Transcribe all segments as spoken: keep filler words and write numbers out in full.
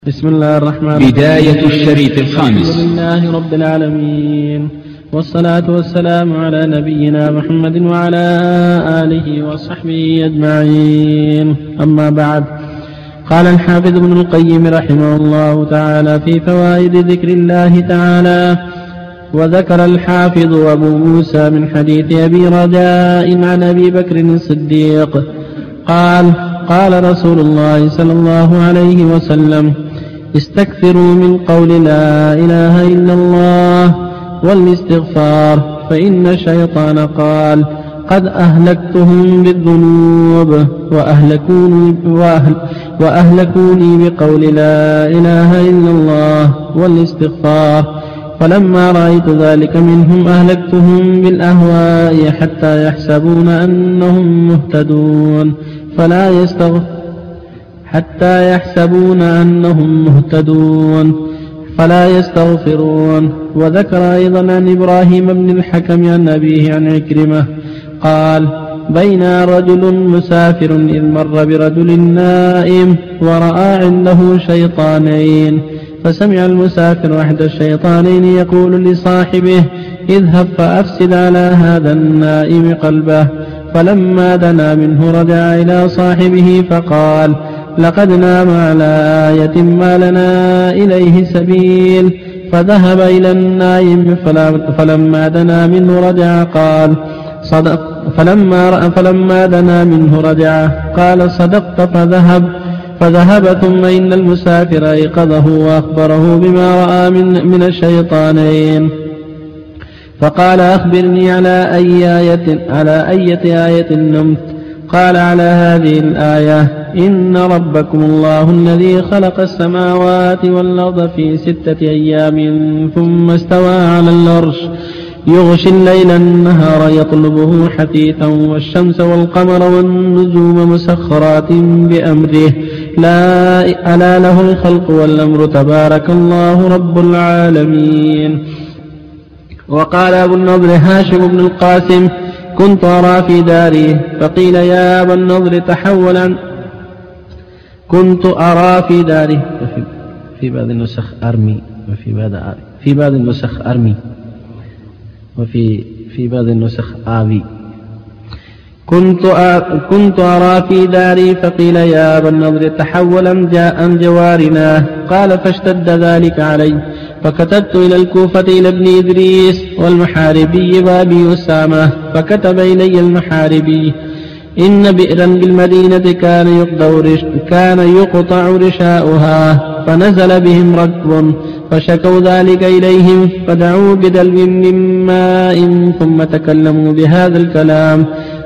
بسم الله الرحمن الرحيم. بداية الشريط الخامس. الحمد لله رب العالمين، والصلاة والسلام على نبينا محمد وعلى آله وصحبه أجمعين، أما بعد. قال الحافظ ابن القيم رحمه الله تعالى في فوائد ذكر الله تعالى: وذكر الحافظ أبو موسى من حديث أبي رجاء عن أبي بكر الصديق قال: قال رسول الله صلى الله عليه وسلم: استكثروا من قول لا إله إلا الله والاستغفار، فإن الشيطان قال: قد أهلكتهم بالذنوب وأهلكوني, وأهل وأهلكوني بقول لا إله إلا الله والاستغفار، فلما رأيت ذلك منهم أهلكتهم بالأهواء حتى يحسبون أنهم مهتدون فلا يستغفر حتى يحسبون أنهم مهتدون فلا يستغفرون. وذكر أيضا عن إبراهيم بن الحكم عن أبيه عن عكرمة قال: بين رجل مسافر إذ مر برجل نائم ورأى عنده شيطانين، فسمع المسافر أحد الشيطانين يقول لصاحبه: اذهب فأفسد على هذا النائم قلبه. فلما دنا منه رجع إلى صاحبه فقال: لقد نام على آية ما لنا إليه سبيل. فذهب إلى النائم فلما دنا منه رجع قال: صدق فلما, فلما دنا منه رجع قال: صدقت. فذهب فذهب ثم إن المسافر أيقظه وأخبره بما رأى من, من الشيطانين، فقال: أخبرني على أي آية على أية آية نمت؟ قال: على هذه الآية: إن ربكم الله الذي خلق السماوات والأرض في ستة أيام ثم استوى على العرش يغشي الليل النهار يطلبه حثيثا والشمس والقمر والنجوم مسخرات بأمره لا ألا له الخلق والأمر تبارك الله رب العالمين. وقال أبو النضر هاشم بن القاسم: كنت أرى في داري، فقيل: يا أبا النضر تحول عن كنت أرى في داري. في بعض النسخ أرمي، وفي بعض في بعض النسخ أرمي، وفي في بعض النسخ آوي. كنت كنت أرى في داري، فقيل: يا أبا النضر تحول عن جوارنا. قال: فاشتد ذلك علي، فكتبت إلى الكوفة إلى ابن إدريس والمحاربي وأبي أسامة، فكتب إلي المحاربي: إن بئرا بالمدينة كان يقطع, كان يقطع رشاؤها، فنزل بهم ركب فشكوا ذلك إليهم، فدعوا بدلو من ماء ثم تكلموا بهذا الكلام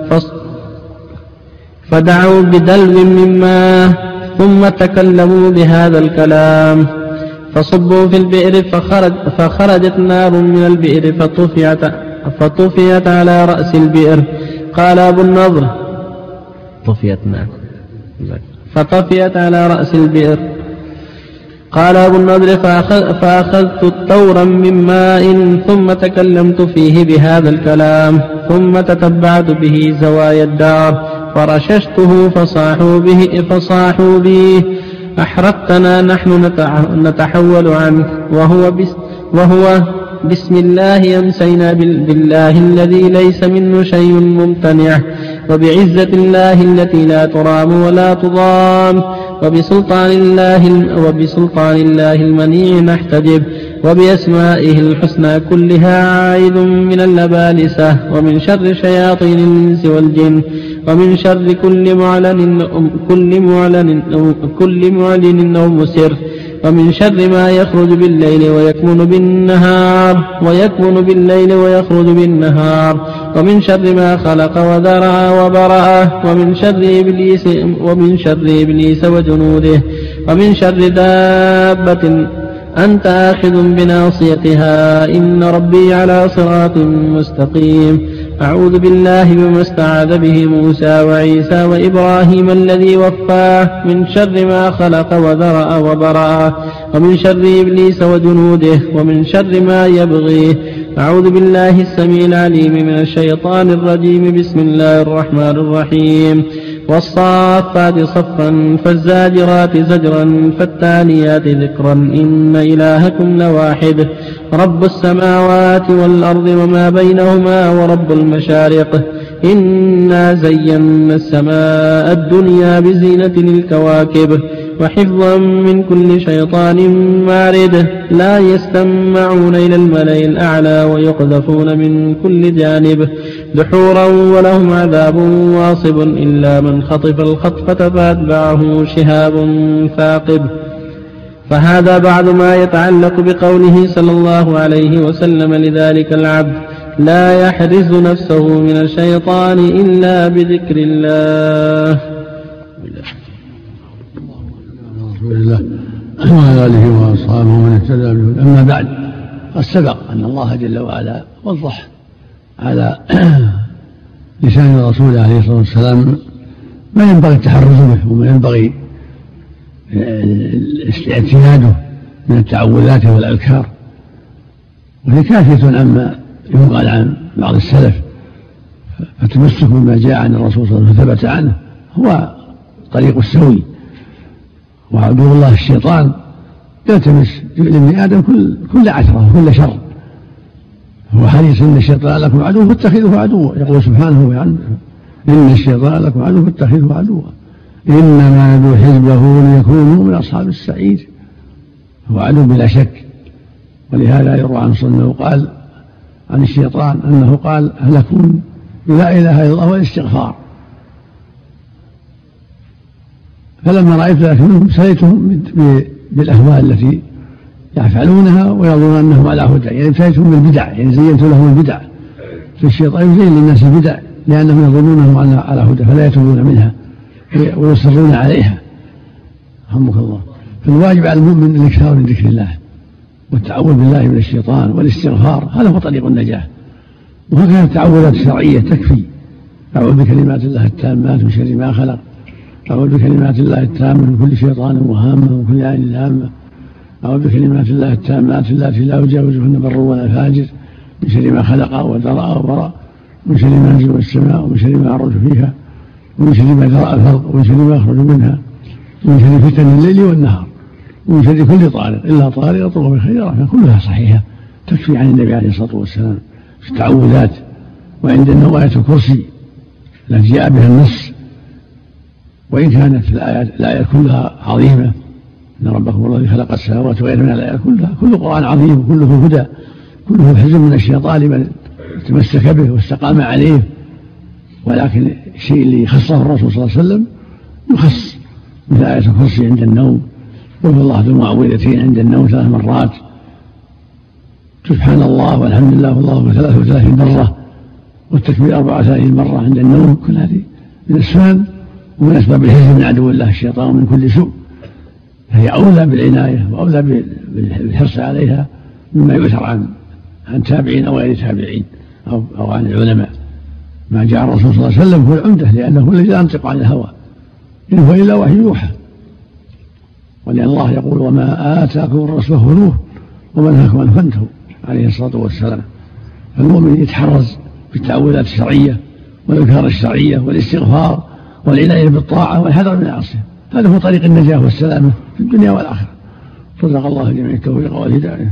فدعوا بدلو من ماء ثم تكلموا بهذا الكلام فصبوا في البئر، فخرج فخرجت نار من البئر فطفئت فطفئت على رأس البئر. قال أبو النضر: طفئت نار فطفئت على رأس البئر. قال أبو النضر: فأخذت طورا من ماء ثم تكلمت فيه بهذا الكلام، ثم تتبعت به زوايا الدار فرششته فصاحوا به فصاحوا به: أحرقتنا نحن نتحول عنك، وهو, بس وهو بسم الله أمسينا بالله الذي ليس منه شيء ممتنع، وبعزة الله التي لا ترام ولا تضام، وبسلطان الله, وبسلطان الله المنيع نحتجب، وبأسمائه الحسنى كلها عائد من اللبالسة، ومن شر شياطين الإنس والجن، ومن شر كل معلن كل معلن كل معلن أو مسر، ومن شر ما يخرج بالليل ويكمن بالنهار ويكمن بالليل ويخرج بالنهار، ومن شر ما خلق وذرع وبرأ، ومن شر إبليس ومن شر إبليس وجنوده، ومن شر دابة أنت آخذ بناصيتها، إن ربي على صراط مستقيم. أعوذ بالله بما استعاذ به موسى وعيسى وإبراهيم الذي وفاه، من شر ما خلق وذرأ وبرأ، ومن شر إبليس وجنوده، ومن شر ما يبغيه. أعوذ بالله السميع العليم من الشيطان الرجيم. بسم الله الرحمن الرحيم. والصافات صفا فالزاجرات زجرا فالتاليات ذكرا إن إلهكم لواحد رب السماوات والأرض وما بينهما ورب المشارق إنا زينا السماء الدنيا بزينة الكواكب وحفظا من كل شيطان مارد لا يستمعون إلى الملأ الأعلى ويقذفون من كل جانب دحورا ولهم عذاب واصب إلا من خطف الخطفة فأتبعه شهاب ثاقب. فهذا بعض ما يتعلق بقوله صلى الله عليه وسلم لذلك العبد لا يحرز نفسه من الشيطان إلا بذكر الله. رسول الله وعلى آله وأصحابه ومن اهتدى بهداه. أما بعد، قد سبق أن الله جل وعلا وضح على لسان رسوله عليه الصلاة والسلام ما ينبغي التحرز به وما ينبغي اعتياده من التعوذات والأذكار، وهي كافية عما يقال عن بعض السلف. فتمسك بما جاء عن الرسول صلى الله عليه وسلم وثبت عنه هو طريق السوي. وعدو الله الشيطان يلتمس لابن آدم كل كل عثرة وكل شر، هو حريص إن الشيطان لكم عدو فاتخذوه عدوا. يقول سبحانه إن الشيطان لكم عدو فاتخذوه عدوا إنما يدعو حزبه ليكونوا من أصحاب السعير. هو عدو بلا شك. ولهذا يروى عن صلى قال عن الشيطان أنه قال أهلكون بلا إله إلا الله والاستغفار، فلما رأيت ذلك منهم ابتليتهم بالأهوال التي يفعلونها ويظنون أنهم على هدى، يعني ابتليتهم بالبدع، يعني زينت لهم البدع. فالشيطان يزين للناس البدع لأنهم يظنونهم على هدى فلا يتوبون منها ويصرون عليها. رحمك الله. فالواجب على المؤمن الاكثار من ذكر الله والتعوذ بالله من الشيطان والاستغفار، هذا هو طريق النجاة. وهكذا التعوذات الشرعية تكفي. أعوذ بكلمات الله التامات من شر ما خلق، أعوذ بكلمات الله التامة من كل شيطان وهامة ومن كل عين لامة، أعوذ بكلمات الله التامات التي لا يجاوزهن بر ولا فاجر من شر ما خلق وذرأ وبرأ، من شر ما ينزل السماء ومن شر ما يعرج فيها ومن شر ما ذرأ الأرض ومن شر ما يخرج منها ومن شر فتن الليل والنهار ومن شر كل طارق إلا طارق يطرق بخير. فكلها صحيحة تكفي عن النبي عليه الصلاة والسلام في التعوذات. وعند النوم آية الكرسي التي جاء بها النص، وإن كانت الآيات الآيات كلها عظيمة، إن ربكم الله الذي خلق السماوات وغير من الآيات كلها، كل القرآن عظيم وكله هدى، كله حزم من الشيطان لمن تمسك به واستقام عليه. ولكن الشيء اللي يخصه الرسول صلى الله عليه وسلم يخص، مثل آية الكرسي عند النوم، وفي الله ذو المعوذتين عند النوم ثلاث مرات، سبحان الله والحمد لله والله أكبر ثلاث وثلاثين مرة، والتكبير أربعة وثلاثين مرة عند النوم. كل هذه من أسباب ومن أسباب الحزب من عدو الله الشيطان ومن كل سوء، فهي أولى بالعناية وأولى بالحرص عليها مما يؤثر عن عن تابعين أو غير تابعين أو, أو عن العلماء. ما جاء الرسول صلى الله عليه وسلم هو العمدة، لأنه هو الذي لا ينطق عن الهوى إن هو إلا وحي يوحى. ولأن الله يقول وما آتاكم الرسول فخذوه وما نهاكم عنه فانتهوا عليه الصلاة والسلام. فالمؤمن يتحرز بالتعوذات الشرعية والأذكار الشرعية والاستغفار والعناية بالطاعة والحذر من العصية. هذا هو طريق النجاة والسلامة في الدنيا والآخرة. صدق الله جميع التوفيق والهداية.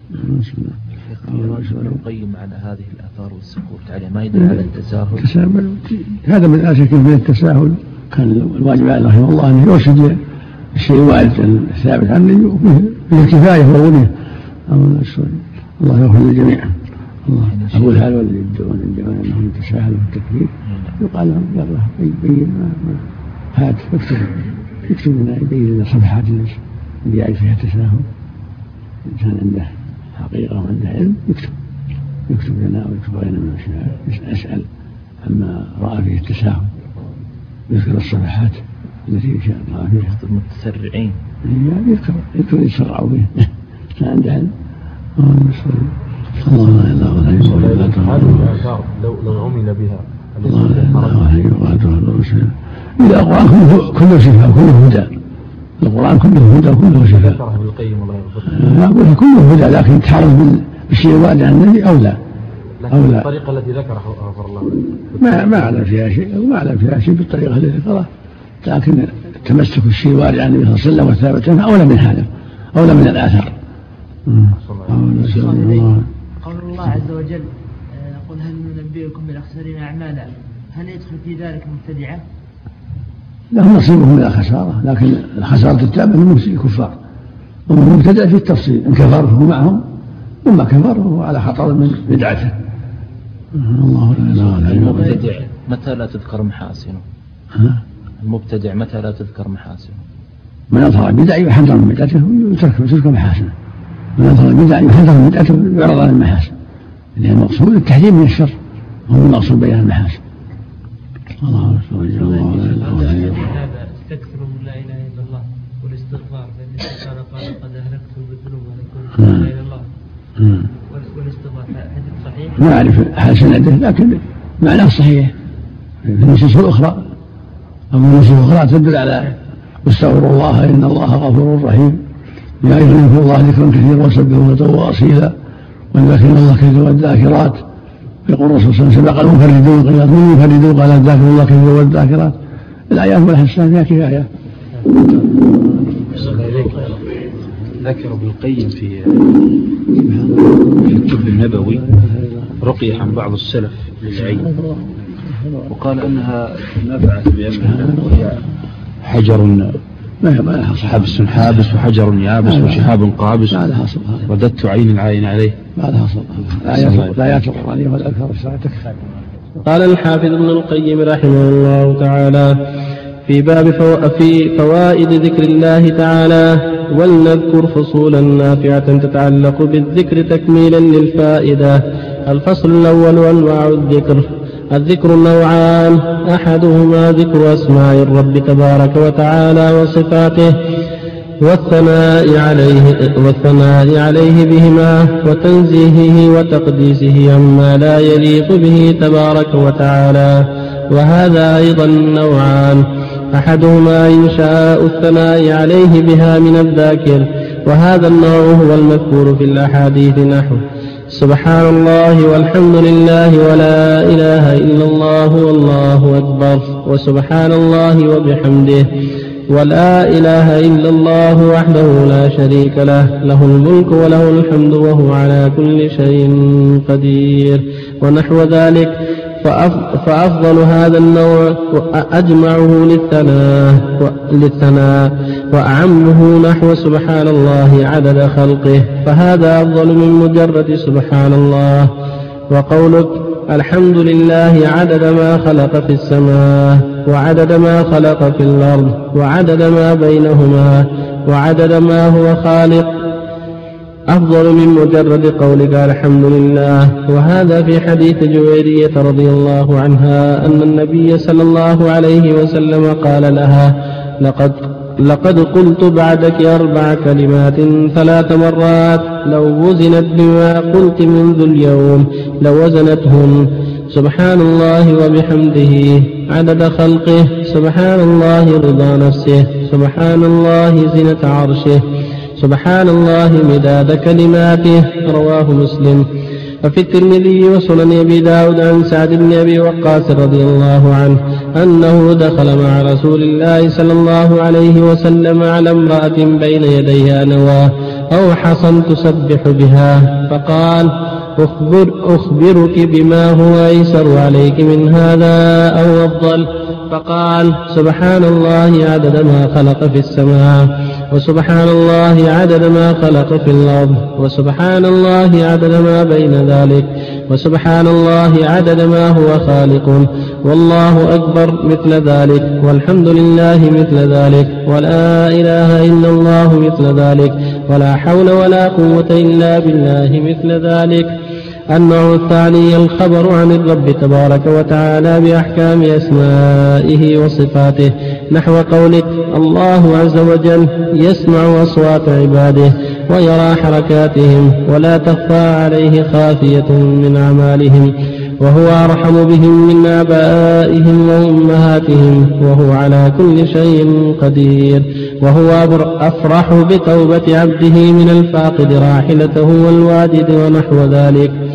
ابن القيم على هذه الآثار والسكوت عليه ما يدل على التساهل. التساهل هذا من آشك من التساهل. كان الواجب عليه رحمه الله أن يرشد الشيء الوارد الثابت عنه بالكفاية والغنية. الله يغفر للجميع. الله أقول هذا الذي يدعون يدعون أنهم يتساهلوا في التكفير يقال لهم يلا بين هات اكتب اكتب لنا يبين لنا صفحات اللي يعرف فيها التساهل. الإنسان عنده حقيقة وعنده علم يكتب يكتب لنا ويكتب غيرنا من الأشياء. أسأل عما رأى فيه التساهل، يذكر الصفحات التي شاء الله فيها. يخطب المتسرعين يذكر يذكر يتسرعوا به كان عنده علم. الله لا إله إلا الله. هذه الآثار لو لو عمل بها الله لا إله إلا الله. إذا القرآن كله كله شفاء كله هدى. القرآن كله هدى كله شفاء. ابن القيم الله يغفر له. أقول كله هدى، لكن تحرز بالشيء الوارد عن النبي أولى. لكن الطريقة التي ذكرها غفر الله ما ما أعلم فيها شيء وما أعلم فيها شيء بالطريقة التي ذكرها، لكن تمسك الشيء وارد عن النبي صلى الله عليه وسلم والثابت عنه أولى من هذا، أولى من الآثار. قول الله عز وجل قل هل ننبئكم بالأخسرين أعمالا، هل يدخل في ذلك مبتدعة؟ لهم نصيبهم من الخسارة، لكن الخسارة التامة من مفسد الكفار، ومبتدع في التفصيل إن كفر فهو معهم وما كفر هو على خطر من بدعته. الله لا المبتدع متى لا تذكر محاسنه؟ المبتدع متى لا تذكر محاسنه؟ من أظهر البدع يحذر من بدعته ويترك وتذكر محاسنه، من أظهر البدع يحذر من بدعته ويعرض عن المحاسن، لأن المقصود التحذير من الشر هو المقصود بيان المحاسن. الله أكبر. استكثروا من لا إله إلا الله والاستغفار، فإن الشيطان قال قد أهلكتم بالذنوب ولكم لا إله إلا الله والاستغفار حديث صحيح. ما أعرف حسن عنده لكن معناه صحيح في النصوص الأخرى، أو النصوص الأخرى تدل على استغفروا الله إن الله غفور رحيم، يا أيها الذين الله ذكرا كثيرا وسبحوه بكرة وأصيلا والذاكرين الله كثيرا والذاكرات. يقول الرسول صلى الله عليه وسلم قال المفردون قيل من المفردون قال الذاكرون الله كثيرا والذاكرات. الآيات والحسنات فيها كفاية. ذكر ابن القيم في في الطب النبوي رقية عن بعض السلف للعين، وقال أنها نفعت بأمرها وهي حجر حبس حابس وحجر يابس وشهاب قابس رددت عين العين عليه. الآيات القرآنية والأذكار الشرعية تكفي. قال الحافظ ابن القيم رحمه الله تعالى في باب فو... في فوائد ذكر الله تعالى، ولنذكر فصولا نافعة تتعلق بالذكر تكميلا للفائدة. الفصل الأول أنواع الذكر. الذكر نوعان، أحدهما ذكر أسماء الرب تبارك وتعالى وصفاته والثناء عليه, والثناء عليه بهما وتنزيهه وتقديسه عما لا يليق به تبارك وتعالى، وهذا أيضا نوعان، أحدهما إنشاء الثناء عليه بها من الذاكر، وهذا النوع هو المذكور في الأحاديث نحو سبحان الله والحمد لله ولا إله إلا الله والله أكبر وسبحان الله وبحمده ولا إله إلا الله وحده لا شريك له له الملك وله الحمد وهو على كل شيء قدير ونحو ذلك. فأفضل هذا النوع أجمعه للثناء وأعمه نحو سبحان الله عدد خلقه، فهذا أفضل من مجرد سبحان الله. وقولك الحمد لله عدد ما خلق في السماء وعدد ما خلق في الأرض وعدد ما بينهما وعدد ما هو خالق أفضل من مجرد قولك الحمد لله. وهذا في حديث جويرية رضي الله عنها أن النبي صلى الله عليه وسلم قال لها لقد, لقد قلت بعدك أربع كلمات ثلاث مرات لو وزنت بما قلت منذ اليوم لوزنتهن سبحان الله وبحمده عدد خلقه، سبحان الله رضا نفسه، سبحان الله زنة عرشه، سبحان الله مداد كلماته. رواه مسلم. وفي الترمذي وسنن أبي داود عن سعد بن أبي وقاص رضي الله عنه أنه دخل مع رسول الله صلى الله عليه وسلم على امرأة بين يديها نواة أو حصى تسبح بها، فقال أخبر أخبرك بما هو أيسر عليك من هذا أو أفضل؟ فقال سبحان الله عدد ما خلق في السماء وسبحان الله عدد ما خلق في الأرض وسبحان الله عدد ما بين ذلك وسبحان الله عدد ما هو خالق والله أكبر مثل ذلك والحمد لله مثل ذلك ولا إله إلا الله مثل ذلك ولا حول ولا قوة إلا بالله مثل ذلك. النوع الثاني الخبر عن الرب تبارك وتعالى بأحكام أسمائه وصفاته نحو قولك الله عز وجل يسمع أصوات عباده ويرى حركاتهم ولا تخفى عليه خافية من أعمالهم وهو أرحم بهم من آبائهم وأمهاتهم وهو على كل شيء قدير وهو أفرح بتوبة عبده من الفاقد راحلته والواجد ونحو ذلك.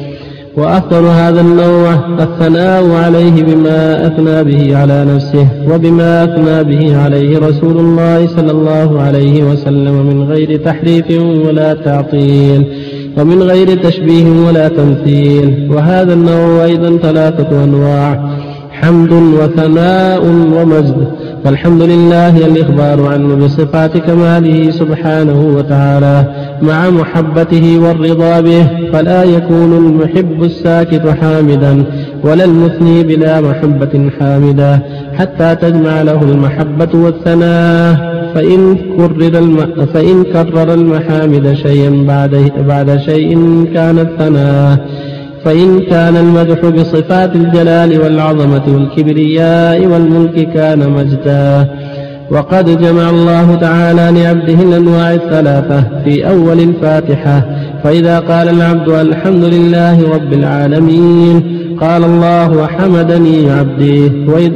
وأفضل هذا النوع الثناء عليه بما أثنى به على نفسه وبما أثنى به عليه رسول الله صلى الله عليه وسلم من غير تحريف ولا تعطيل ومن غير تشبيه ولا تمثيل. وهذا النوع أيضا ثلاثة أنواع: حمد وثناء ومجد. فالحمد لله الإخبار عنه بصفات كماله سبحانه وتعالى مع محبته والرضا به، فلا يكون المحب الساكت حامدا ولا المثني بلا محبة حامدا حتى تجمع له المحبة والثناء. فإن كرر, الم... فإن كرر المحامد شيئا بعد, بعد شيء كان الثناء، فإن كان المدح بصفات الجلال والعظمة والكبرياء والملك كان مجدا. وقد جمع الله تعالى لعبده الأنواع الثلاثة في أول الفاتحة، فإذا قال العبد الحمد لله رب العالمين قال الله وحمدني عبدي، وإذ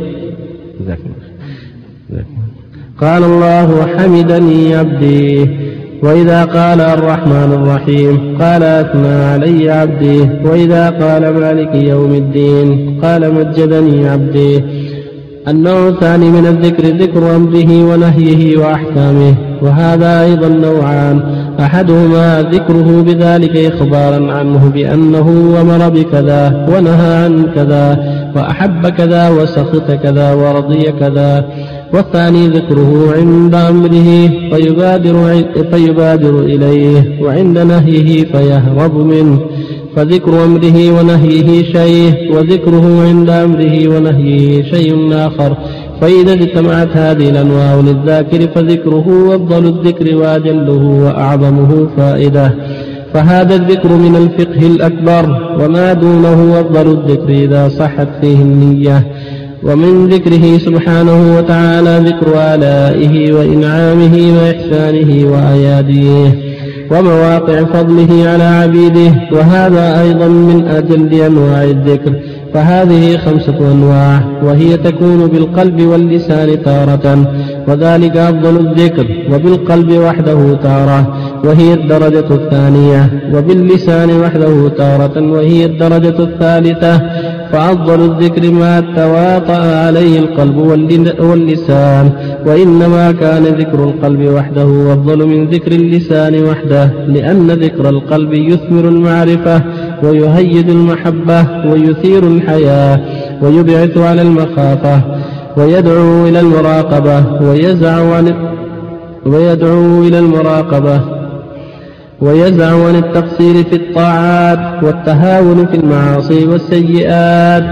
قال الله وحمدني عبدي. وإذا قال الرحمن الرحيم قال أثنى علي عبدي. وإذا قال مالك يوم الدين قال مجدني عبدي. النوع الثاني من الذكر ذكر أمره ونهيه وأحكامه، وهذا أيضا نوعان: أحدهما ذكره بذلك إخبارا عنه بأنه أمر بكذا ونهى عن كذا وأحب كذا وسخط كذا ورضي كذا، والثاني ذكره عند أمره فيبادر, فيبادر إليه وعند نهيه فيهرب منه. فذكر أمره ونهيه شيء، وذكره عند أمره ونهيه شيء آخر. فإذا اجتمعت هذه الأنواع للذاكر فذكره أفضل الذكر وأجله وأعظمه فائدة. فهذا الذكر من الفقه الأكبر، وما دونه أفضل الذكر إذا صحت فيه النية. ومن ذكره سبحانه وتعالى ذكر آلائه وإنعامه وإحسانه وأياديه ومواقع فضله على عبيده، وهذا أيضا من أجل أنواع الذكر. فهذه خمسة أنواع، وهي تكون بالقلب واللسان تارة، وذلك أفضل الذكر، وبالقلب وحده تارة وهي الدرجة الثانية، وباللسان وحده تارة وهي الدرجة الثالثة. فأفضل الذكر ما تواطأ عليه القلب واللسان، وإنما كان ذكر القلب وحده أفضل من ذكر اللسان وحده، لأن ذكر القلب يثمر المعرفة ويهيج المحبة ويثير الحياة ويبعث على المخافة ويدعو إلى المراقبة ويزع عن ويدعو إلى المراقبة ويزع عن التقصير في الطاعات والتهاون في المعاصي والسيئات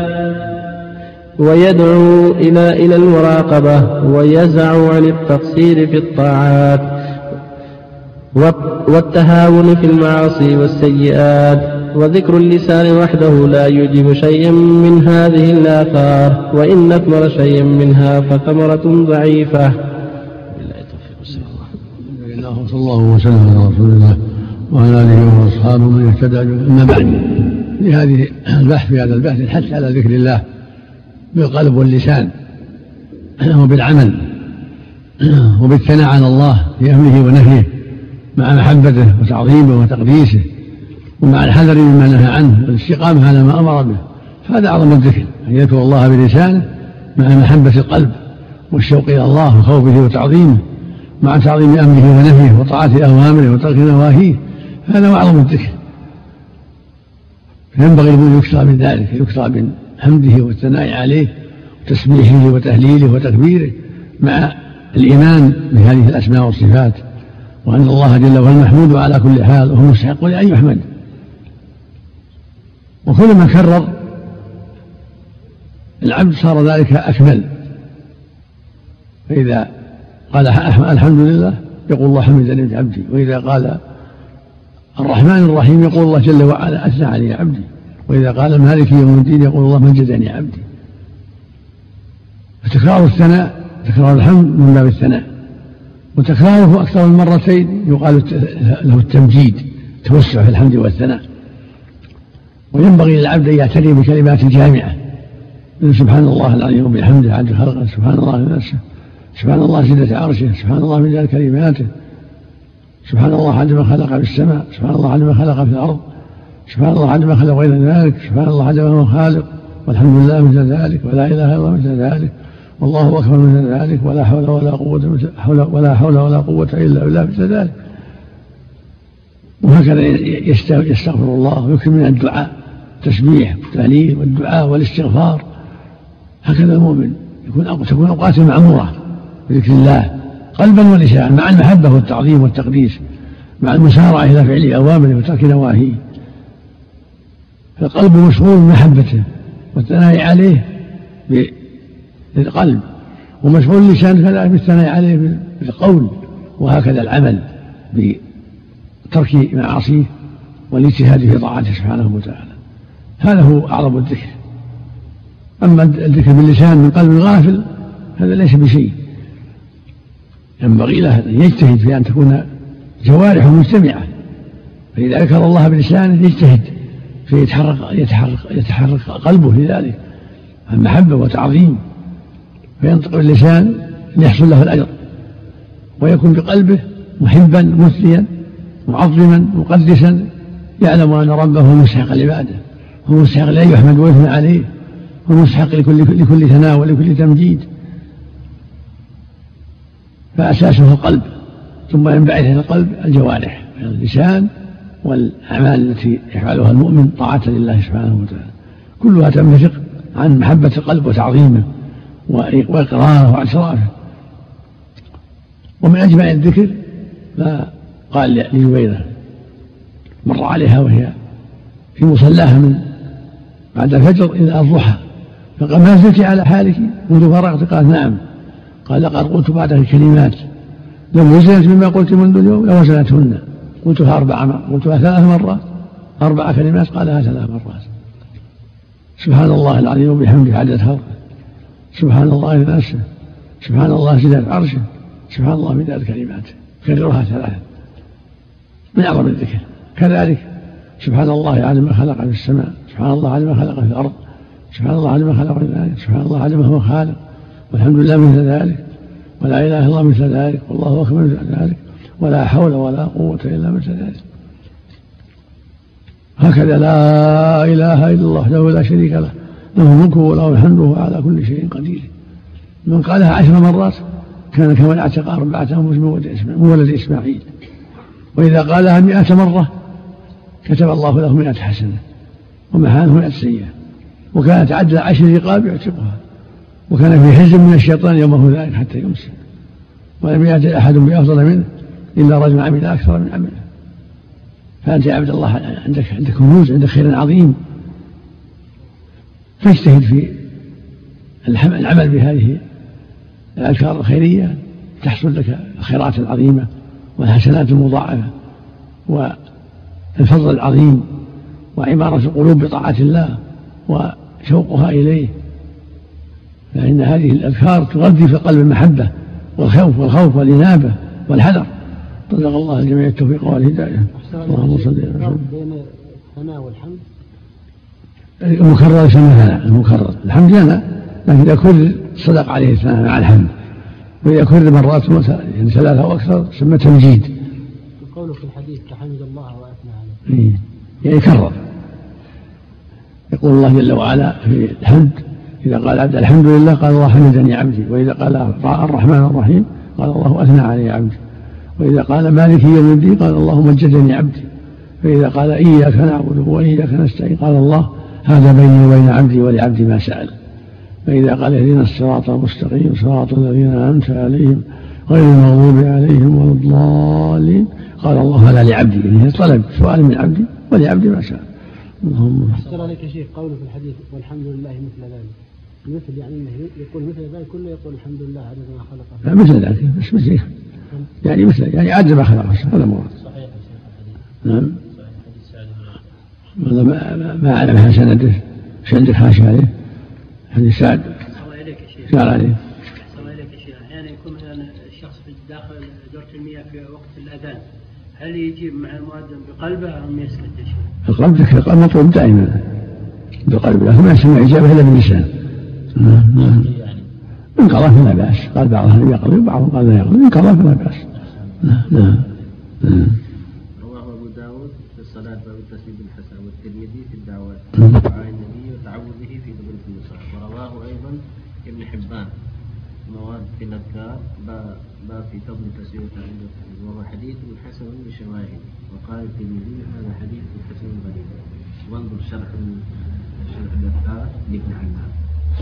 ويدعو إلى إلى المراقبة ويزع عن التقصير في الطاعات والتهاون في المعاصي والسيئات. وذكر اللسان وحده لا يجب شيئا من هذه الآثار، وإن نثمر شيئا منها فثمرة ضعيفة. صلى الله وسلم على رسول الله وعلى آله وأصحابه من اهتدى. أما بعد، لهذه البحث في هذا البحث الحث على ذكر الله بالقلب واللسان وبالعمل وبالثناء على الله في أمره ونهيه مع محبته وتعظيمه وتقديسه، ومع الحذر مما نهى عنه والاستقامة على ما أمر به. هذا أعظم الذكر، أن يذكر الله بلسانه مع محبة القلب والشوق إلى الله وخوفه وتعظيمه مع تعظيم أمره ونهيه وطاعة أوامره وترك نواهيه. هذا أعظم الذكر. ينبغي أن يكثر من ذلك، يكثر من حمده والثناء عليه وتسبيحه وتهليله وتكبيره مع الإيمان بهذه الأسماء والصفات، وأن الله جل وعلا محمود على كل حال وهو مستحق لأن يحمد. وكلما كرر العبد صار ذلك أكمل. فإذا قال الحمد لله يقول الله حمدني عبدي، وإذا قال الرحمن الرحيم يقول الله جل وعلا أثنى علي عبدي، وإذا قال مالك يوم الدين يقول الله مجدني عبدي. فتكرار الثناء، تكرار الحمد من باب الثناء، وتكراره أكثر من مرتين يقال له التمجيد، توسع في الحمد والثناء. وينبغي للعبد أن يعتني بكلمات جامعة، سبحان الله العظيم وبحمده عدد خلقه، سبحان الله نفسه، سبحان الله زينة عرشه، سبحان الله مداد كلماته، سبحان الله عدد ما خلق في السماء، سبحان الله عدد ما خلق في الأرض، سبحان الله عدد ما خلق غير ذلك، سبحان الله عدد ما هو خالق، والحمد لله مثل ذلك، ولا إله إلا الله مثل ذلك، والله أكبر مثل ذلك، ولا حول ولا قوة ولا حول ولا قوة إلا بالله مثل ذلك. وهكذا يستغفر الله ويكثر من الدعاء، التسبيح والتهليل والدعاء والاستغفار. هكذا المؤمن يكون تكون أوقاته معمورة بذكر الله قلبا ولسانا، مع المحبة والتعظيم والتقديس، مع المسارعة إلى فعل أوامره وترك نواهيه. فالقلب مشغول بمحبته والثناء عليه بالقلب، ومشغول اللسان كذلك بالثناء عليه بالقول، وهكذا العمل بترك معاصيه والاجتهاد في طاعته سبحانه وتعالى. هذا هو أعظم الذكر. أما الذكر باللسان من قلب غافل هذا ليس بشيء. ينبغي له أن يجتهد في أن تكون جوارحه مجتمعة، فإذا ذكر الله بلسانه يجتهد في يتحرك, يتحرك, يتحرك قلبه في ذلك المحبة وتعظيم، فينطق باللسان ليحصل له الأجر، ويكون بقلبه محبا مثليا معظما مقدسا، يعلم أن ربه مستحق العبادة، هو مستحق لأن يحمد ويثنى عليه، هو مستحق لكل, لكل ثناء ولكل تمجيد. فأساسه القلب، ثم ينبعث إلى القلب الجوارح، اللسان والأعمال التي يفعلها المؤمن طاعة لله سبحانه وتعالى، كلها تنبثق عن محبة القلب وتعظيمه وإقراره واعترافه. ومن أجمع الذكر ما قال لجبيرة مر عليها وهي في مصلاها من بعد الفجر إلى الضحى، فقال ما زلت على حالك منذ فرغت؟ قال نعم. قال لقد قلت بعدك كلمات لم وزنت مما قلت منذ اليوم لوزنتهن، قلتها أربع مرات، قلتها ثلاث مرات، أربع كلمات قالها ثلاث مرات. سبحان الله العظيم وبحمده عدد خلقه، سبحان الله نفسه، سبحان الله زنة عرشه، سبحان الله مداد كلماته، كررها ثلاثة من أعظم الذكر. كذلك سبحان الله عدد ما خلق في السماء، سبحان الله عدد ما خلق في الأرض، سبحان الله عدد ما خلق في ذلك، سبحان الله عدد ما هو خالق، والحمد لله مثل ذلك، ولا إله إلا الله مثل ذلك، والله أكبر مثل ذلك، ولا حول ولا قوة إلا مثل ذلك. هكذا لا إله إلا الله له لا شريك له، له الملك وله الحمد وهو على كل شيء قدير. من قالها عشر مرات كان كمن اعتق أربعة أنفس من ولد إسماعيل، وإذا قالها مئة مرة كتب الله له مئة حسنة ومحى عنه مئة سيئة، وكانت عدل عشر رقاب يعتقها، وكان في حزب من الشيطان يومه ذلك حتى يمسك، ولم يأتي أحد بأفضل منه إلا رجل عمل أكثر من عمله. فأنت يا عبد الله عندك عندك كنوز، عندك خير عظيم، فاجتهد في العمل بهذه الأذكار الخيرية تحصل لك الخيرات العظيمة والحسنات المضاعفة والفضل العظيم وعمارة القلوب بطاعة الله وشوقها إليه. فإن هذه الأذكار تغذي في القلب المحبة والخوف والخوف والإنابة والحذر. رزق الله الجميع التوفيق والهداية. اللهم صل وسلم. بين الثناء والحمد المكرر يسمى ثناء، المكرر الحمد لله، لكن إذا كرر صدق عليه الثناء مع الحمد، وإذا كرر مرات يعني ثلاثة أو أكثر سمى تمجيد. قوله في الحديث تحمد الله وأثنى عليه، يعني كرر. يقول الله جل وعلا في الحمد إذا قال عبد الحمد لله قال الله حمدني عبدي، وإذا قال الرحمن الرحيم قال الله أثنى علي عبدي، وإذا قال مالك يوم الدين قال الله مجدني عبدي، فإذا قال إياك نعبد وإياك نستعين قال الله هذا بيني وبين عبدي ولعبدي ما سأل، فإذا قال اهدنا الصراط المستقيم صراط الذين أنعمت عليهم غير المغضوب عليهم ولا الضالين قال الله هذا لعبدي، يعني طلب سؤال من عبدي ولعبدي ما سأل. اللهم أحسن عليك يا شيخ. قوله في الحديث والحمد لله مثل ذلك، مثل يعني يقول مثل ذلك كله، يقول الحمد لله عدد ما خلقه. لا مثل ذلك بس مثل يعني مثل يعني عدد ما خلقه هذا مراد. صحيح نعم. والله ما ما أعلم سنده، ايش عندك حاشي عليه؟ حديث سعد. الله عليك يا شيخ. شعر عليه. الله عليك يا شيخ. أحيانا يكون مثلا الشخص في داخل دورة المياه في وقت الأذان، هل يجيب مع المؤذن بقلبه أم يسكت يا شيخ؟ القلب ذكر القلب مطلوب دائما بقلب، لكن ما يسمع إجابة إلا باللسان. إن قضى فلا بأس، قال بعضهم يقضي وبعضهم قال لا يقضي، إن قضى فلا بأس. نعم. رواه أبو داود في الصلاة باب التسليم بالحسن، والترمذي في الدعوات دعاء النبي وتعوذه في دبر النساء، ورواه أيضا ابن حبان مواد في الأذكار باب في فضل تسوية عند التحميد، وهو حديث حسن بشواهد. وقال الترمذي هذا حديث حسن غريب. وانظر شرح شرح الأذكار لابن حبان.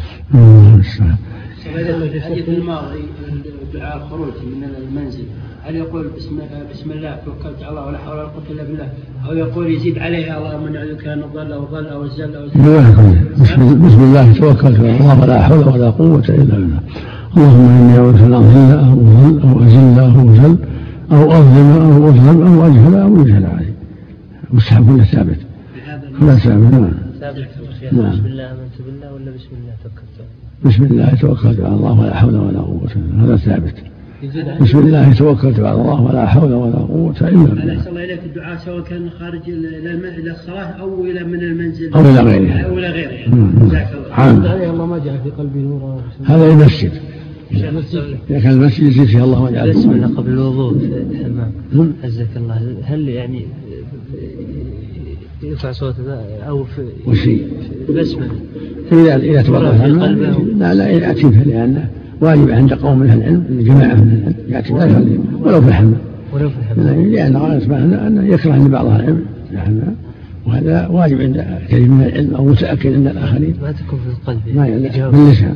الحديث الماضي دعاء الخروج من المنزل، هل يقول بسم, بسم الله توكلت على الله ولا حول ولا قوة إلا بالله، أو يقول يزيد عليها اللهم نعوذ بك من الضل أو الضل أو الزل أو الزل؟ بسم الله توكلت على الله ولا حول ولا قوة إلا بالله. اللهم إني أعوذ بك أن أضل أو أضل أو أزل أو أزل أو أظلم أو أظلم أو أجهل أو يجهل علي. مستحب كله ثابت. كله ثابت. نعم. بسم الله آمنت بالله ولا بسم الله توكلت على الله؟ بسم الله توكلت على الله ولا حول ولا قوة إلا بالله. هذا ثابت. بسم الله توكلت على الله ولا حول ولا قوة إلا بالله. أحسن الله إليك الدعاء سواء كان خارج إلى الصلاة أو إلى من المنزل أو إلى غيرها أو إلى غيرها. جزاك الله. الله ما جعل في قلبي نورا. هذا المسجد. إذا كان المسجد يزيد فيه الله ما جعل. بسم الله قبل الوضوء في الحمام. عزك الله. هل يعني يرفع صوته أو في وشي بسمة إذا إذا توضأ لا لا يأتي به، لأنه واجب عند قوم من العلم الجماعة من العلم يأتي لا يصلي ولو في الحمام، ولو في الحمام، لأن غير سبحانه أنه يكره عند بعض العلم الحمام، وهذا واجب عند كثير من العلم أو متأكد عند الآخرين ما تكون في القلب ما يجوز باللسان.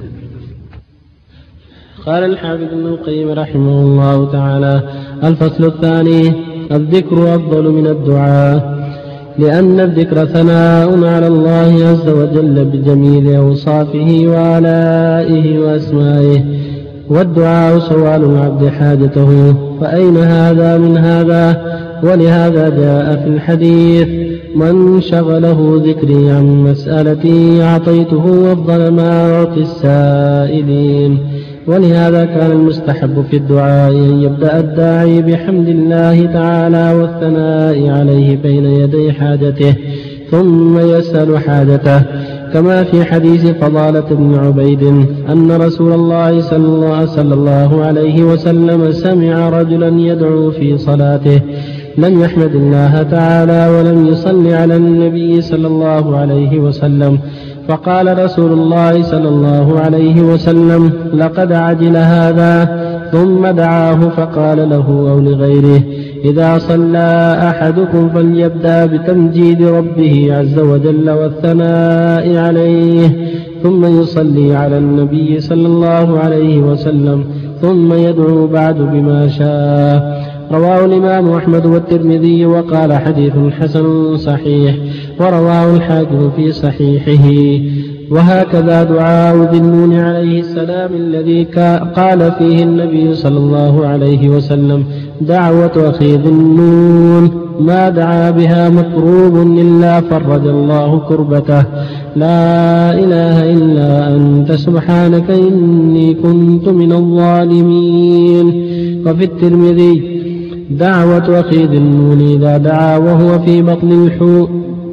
قال الحافظ ابن القيم رحمه الله تعالى: الفصل الثاني: الذكر أفضل من الدعاء، لأن الذكر ثناء على الله عز وجل بجميل أوصافه وآلائه وأسمائه، والدعاء سؤال العبد حاجته، فأين هذا من هذا؟ ولهذا جاء في الحديث: من شغله ذكري عن مسألتي أعطيته أفضل ما أعطي السائلين. ولهذا كان المستحب في الدعاء أن يبدأ الداعي بحمد الله تعالى والثناء عليه بين يدي حاجته، ثم يسأل حاجته، كما في حديث فضالة بن عبيد أن رسول الله صلى الله عليه وسلم سمع رجلا يدعو في صلاته لم يحمد الله تعالى ولم يصل على النبي صلى الله عليه وسلم، فقال رسول الله صلى الله عليه وسلم: لقد عجل هذا، ثم دعاه فقال له أو لغيره: إذا صلى أحدكم فليبدأ بتمجيد ربه عز وجل والثناء عليه، ثم يصلي على النبي صلى الله عليه وسلم، ثم يدعو بعد بما شاء. رواه الإمام أحمد والترمذي وقال حديث حسن صحيح، ورواه الحاكم في صحيحه. وهكذا دعاء ذي النون عليه السلام الذي قال فيه النبي صلى الله عليه وسلم: دعوة أخي ذي النون ما دعا بها مكروب إلا فرج الله كربته، لا إله إلا أنت سبحانك إني كنت من الظالمين. وفي الترمذي: دعوة أخي ذي النون إذا دعا وهو في بطن الحوت.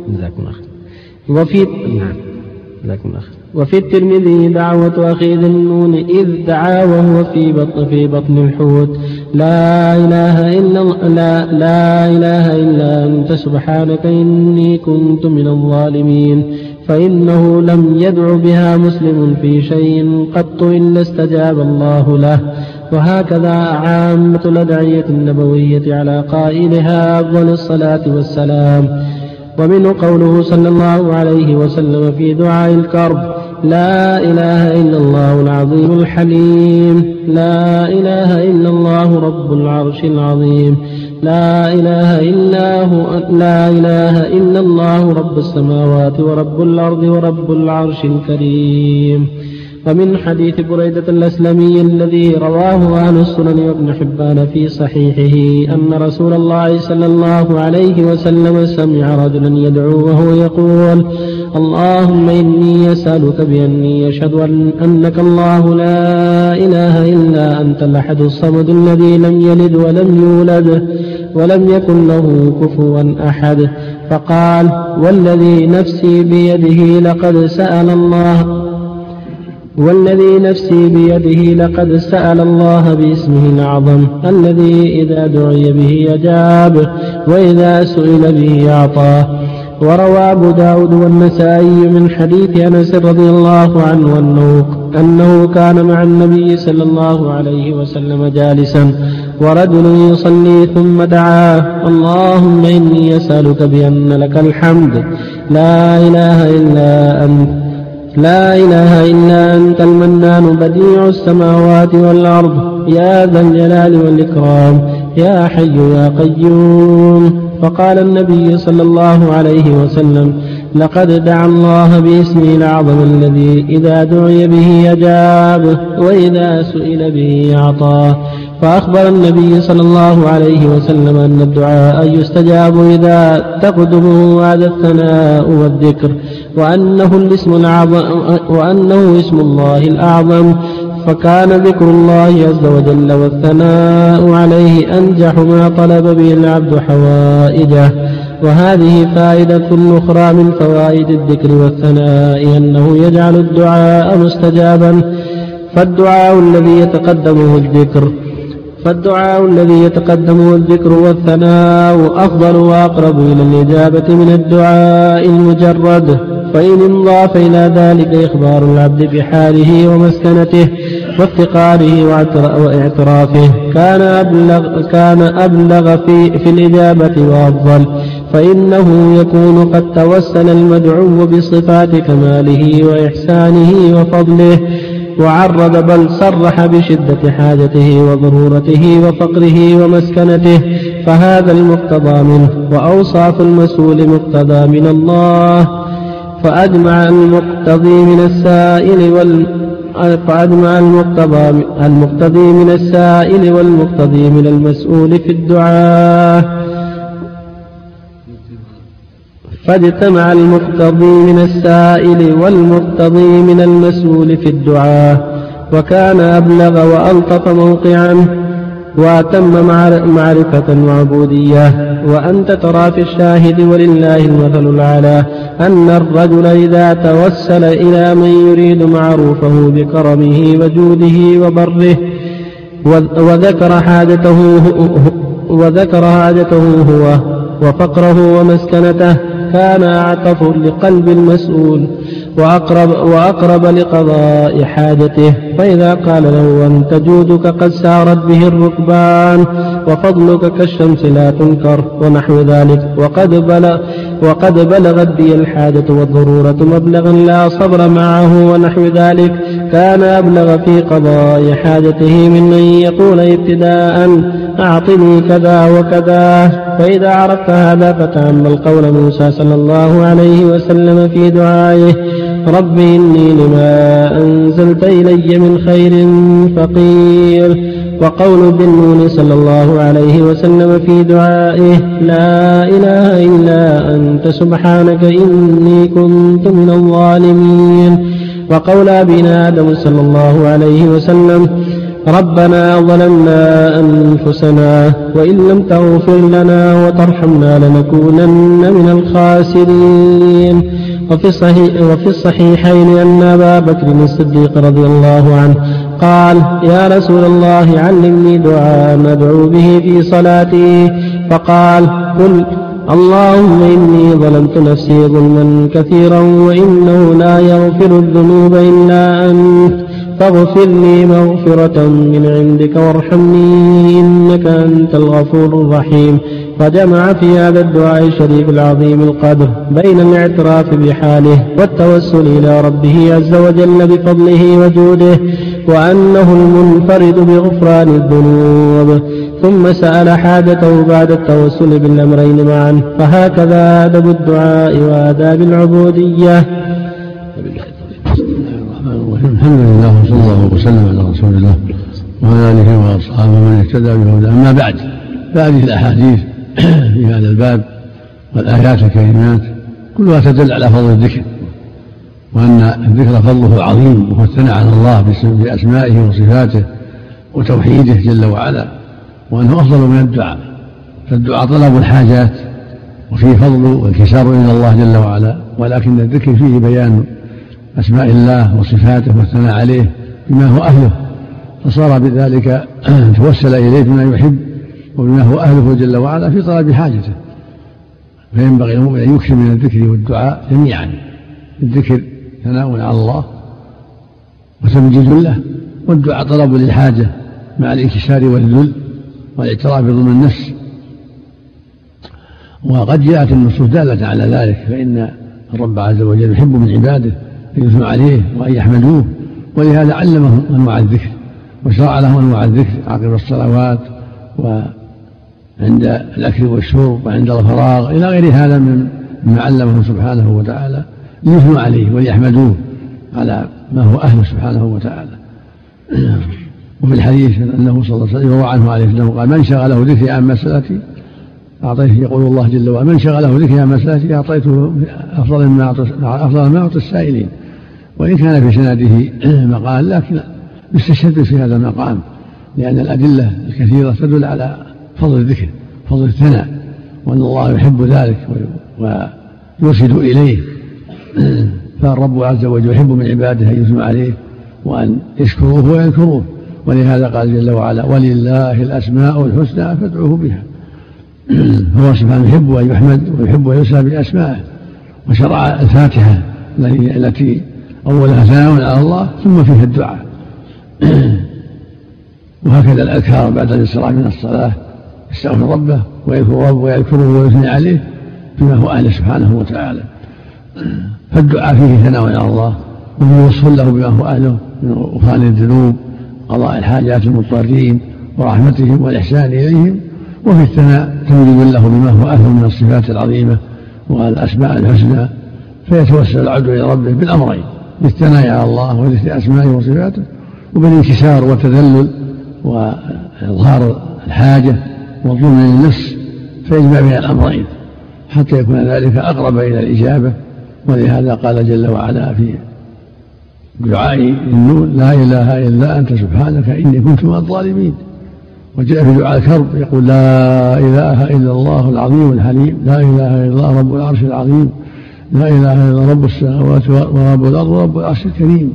وفي وفي الترمذي: دعوة أخي ذي النون إذ دعا وهو في بطن في بطن الحوت، لا إله إلا لا, لا إله إلا أنت سبحانك إني كنت من الظالمين، فإنه لم يدع بها مسلم في شيء قط إلا استجاب الله له. وهكذا عامة الأدعية النبوية على قائلها أفضل الصلاة والسلام. ومنه قوله صلى الله عليه وسلم في دعاء الكرب: لا إله إلا الله العظيم الحليم، لا إله إلا الله رب العرش العظيم، لا إله إلا هو لا إله إلا الله رب السماوات ورب الأرض ورب العرش الكريم. ومن حديث بريدة الأسلمي الذي رواه أهل السنن وابن حبان في صحيحه أن رسول الله صلى الله عليه وسلم سمع رجلا يدعو وهو يقول: اللهم إني أسألك بأني أشهد أنك الله لا إله إلا أنت الأحد الصمد الذي لم يلد ولم يولد ولم يكن له كفوا أحد. فقال: والذي نفسي بيده لقد سأل الله والذي نفسي بيده لقد سأل الله باسمه الأعظم الذي إذا دعي به أجابه وإذا سئل به أعطاه. وروى أبو داود والنسائي من حديث أنس رضي الله عنه أنه, أنه كان مع النبي صلى الله عليه وسلم جالسا ورجل يصلي ثم دعاه: اللهم إني أسألك بأن لك الحمد لا إله إلا أنت لا إله إلا أنت المنان بديع السماوات والأرض يا ذا الجلال والإكرام يا حي يا قيوم. فقال النبي صلى الله عليه وسلم: لقد دعا الله باسمه الأعظم الذي إذا دعي به أجابه وإذا سئل به أعطاه. فأخبر النبي صلى الله عليه وسلم أن الدعاء يستجاب إذا تقدمه هذا الثناء والذكر، وأنه الاسم الأعظم وأنه اسم الله الأعظم، فكان ذكر الله عز وجل والثناء عليه أنجح ما طلب به العبد حوائجه. وهذه فائدة أخرى من فوائد الذكر والثناء أنه يجعل الدعاء مستجابا. فالدعاء الذي يتقدمه الذكر فالدعاء الذي يتقدمه الذكر والثناء أفضل وأقرب إلى الإجابة من الدعاء المجرد. فإن انضاف إلى ذلك إخبار العبد بحاله ومسكنته وافتقاره واعترافه كان أبلغ, كان أبلغ في, في الإجابة وأفضل، فإنه يكون قد توسل المدعو بصفات كماله وإحسانه وفضله وعرض بل صرح بشدة حاجته وضرورته وفقره ومسكنته، فهذا المقتضى منه. وأوصاف المسؤول مقتضى من الله، فأجمع المقتضي من السائل وال فأجمع المقتضى المقتضي من السائل والمقتضي من المسؤول في الدعاء فاجتمع المقتضي من السائل والمقتضي من المسؤول في الدعاء، وكان أبلغ وألطف موقعا وأتم معرفة وعبودية. وأنت ترى في الشاهد ولله المثل الأعلى أن الرجل إذا توسل إلى من يريد معروفه بكرمه وجوده وبره وذكر حاجته وذكر حاجته هو وفقره ومسكنته كان أعطف لقلب المسؤول وأقرب, وأقرب لقضاء حاجته. فإذا قال له: أنت جودك قد سارت به الركبان وفضلك كالشمس لا تنكر ونحو ذلك، وقد بلغ وقد بلغت بي الحاجة والضرورة مبلغا لا صبر معه ونحو ذلك، كان أبلغ في قضاء حاجته من أن يقول ابتداء: أعطني كذا وكذا. فإذا عرفت هذا فتأمل قول موسى صلى الله عليه وسلم في دعائه: رب إني لما أنزلت إلي من خير فقير. وقول بالنون صلى الله عليه وسلم في دعائه: لا إله إلا أنت سبحانك إني كنت من الظالمين. وقول أبينا آدم صلى الله عليه وسلم: ربنا ظلمنا أنفسنا وإن لم تغفر لنا وترحمنا لنكونن من الخاسرين. وفي الصحيح وفي الصحيحين أن أبا بكر الصديق رضي الله عنه قال: يا رسول الله علمني دعاء أدعو به في صلاتي، فقال: قل اللهم إني ظلمت نفسي ظلما كثيرا وإنه لا يغفر الذنوب إلا أنت فاغفر لي مغفرة من عندك وارحمني إنك أنت الغفور الرحيم. فجمع في هذا الدعاء الشريف العظيم القدر بين الاعتراف بحاله والتوسل إلى ربه عز وجل بفضله وجوده وأنه المنفرد بغفران الذنوب، ثم سأل حاجته بعد التوسل بالأمرين معا. فهكذا آداب الدعاء وآداب العبودية. الحمد لله وصلى الله وسلم على رسول الله وعلى آله وأصحابه من اهتدى بهداه. أما بعد، فهذه الأحاديث في هذا الباب والآيات الكريمات كلها تدل على فضل الذكر، وأن الذكر فضله عظيم، وهو الثناء على الله بأسمائه وصفاته وتوحيده جل وعلا، وأنه أفضل من الدعاء. فالدعاء طلب الحاجات وفيه فضل وانكسار إلى الله جل وعلا، ولكن الذكر فيه بيان أسماء الله وصفاته والثناء عليه بما هو أهله، فصار بذلك توسل إليه بما يحب وبما هو أهله جل وعلا في طلب حاجته. فينبغي المؤمن أن يكثر من الذكر والدعاء جميعا. الذكر ثناء على الله وتمجيد له، والدعاء طلب للحاجة مع الانكسار والذل والاعتراف بظلم النفس. وقد جاءت النصوص دالة على ذلك، فإن الرب عز وجل يحب من عباده أن يثنوا عليه وأن يحمدوه، ولهذا علمهم أنواع الذكر وشرع لهم أنواع الذكر عقب الصلوات وعند الأكل والشرب وعند الفراغ إلى غير هذا مما علمهم سبحانه وتعالى ليثنوا عليه وليحمدوه على ما هو أهله سبحانه وتعالى. وفي الحديث أنه صلى الله عليه وسلم روى عنه عليه السلام قال: من شغله ذكري عن مسألتي أعطيته. يقول الله جل وعلا: من شغله ذكري عن مسألتي أعطيته أفضل ما أعطي السائلين. وإن كان في سنده مقال لكن يستشهد في هذا المقام، لأن الأدلة الكثيرة تدل على فضل الذكر، فضل الثناء، وأن الله يحب ذلك ويرشد إليه. فالرب عز وجل يحب من عباده أن يثنوا عليه وأن يشكروه ويذكروه، ولهذا قال جل وعلا: ولله الأسماء الحسنى فادعوه بها. هو سبحانه يحب أن يحمد ويحب أن يسأل بأسمائه، وشرع الفاتحة التي أولها ثناء على الله ثم فيها الدعاء. وهكذا الأذكار بعد الانصراف من الصلاة يستغفر ربه ويذكر ربه ويذكره ويثني عليه بما هو أهله سبحانه وتعالى. فالدعاء فيه ثناء على الله ووصف له بما هو أهله من غفران الذنوب، قضاء الحاجات المضطرين، ورحمتهم والإحسان إليهم. وفي الثناء تمجيد له بما هو أهله من الصفات العظيمة والأسماء الحسنى، فيتوسل العبد إلى ربه بالأمرين: بالثناء على الله وذكر أسمائه وصفاته، وبالانكسار والتذلل وإظهار الحاجة والظلم للنفس، فيجمع بين الأمرين حتى يكون ذلك أقرب إلى الإجابة. ولهذا قال جل وعلا في دعاء النون: لا إله إلا أنت سبحانك إني كنت من الظالمين. وجاء في دعاء الكرب يقول: لا إله إلا الله العظيم الحليم، لا إله إلا الله رب العرش العظيم، لا إله إلا رب السماوات ورب الأرض ورب العرش الكريم.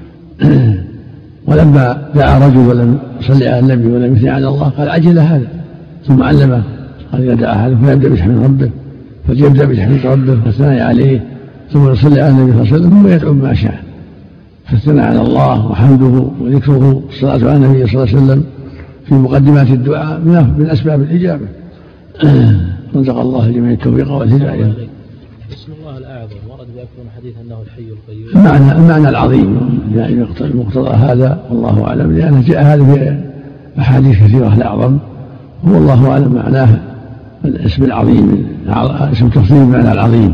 ولما دعا رجل ولم يصلي على النبي ولم يثني على الله قال: عجل هذا، ثم علمه قال: إذا دعا هذا فيبدأ بحمد ربه، فليبدأ بحمد ربه والثناء عليه، ثم يصلي على النبي صلى الله عليه وسلم، ثم يدعو بما شاء. فالثناء على الله وحمده وذكره والصلاة على النبي صلى الله عليه وسلم في مقدمات الدعاء من أسباب الإجابة. رزق الله الجميع التوفيق والهداية. اسم الله الأعظم ورد بأكثر حديث أنه الحي القيوم. المعنى المعنى العظيم يعني مقتضى هذا والله أعلم، لأنه جاء هذا في أحاديث كثيرة. الأعظم هو الله أعلم معناه الاسم العظيم، اسم تفضيل بمعنى العظيم.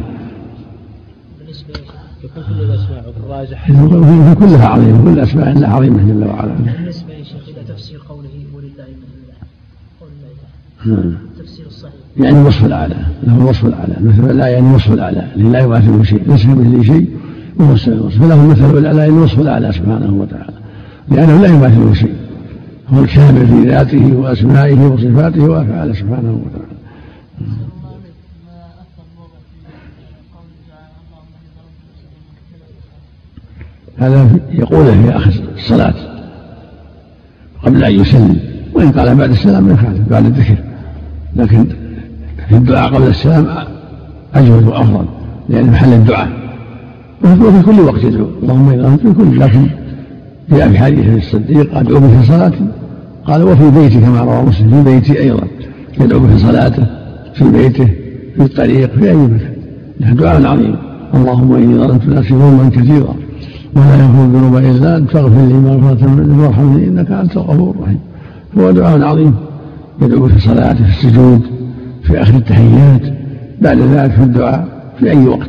يكون كل الأسماء الراجحة في كلها عظيمة، كل الأسماء إلا عظيمة جل وعلا. بالنسبة يا شيخ إلى تفسير قوله ولله قول الله تفسير الصحيح يعني الوصف الأعلى، له الوصف الأعلى، مثل لا يعني الوصف الأعلى لا يماثله شيء، ليس كمثله شيء وهو الوصف، فله المثل الأعلى يعني الوصف الأعلى سبحانه وتعالى، لأنه لا يماثله شيء، هو الكامل في ذاته وأسمائه وصفاته وأفعاله سبحانه وتعالى. هذا يقوله في آخر الصلاة قبل أن يسلم، وإن قال بعد السلام من خالف بعد الذكر، لكن في الدعاء قبل السلام أجود وأفضل لأن محل الدعاء، وفي كل وقت يدعو اللهم إذا أنت في كل، لكن جاء في حديث الصديق أدعو به في صلاتي، قال وفي بيتي كما روى مسلم في بيتي أيضا، يدعو به في صلاته في بيته في الطريق في أي مكان، دعاء عظيم. اللهم إني ظلمت نفسي ظلما كثيرا ولا يغفر الذنوب إلا أنت فاغفر لي مغفرة منك وارحمني إنك أنت الغفور الرحيم. هو دعاء عظيم يدعو في صلاته في السجود في آخر التحيات، بعد ذلك في الدعاء في أي وقت.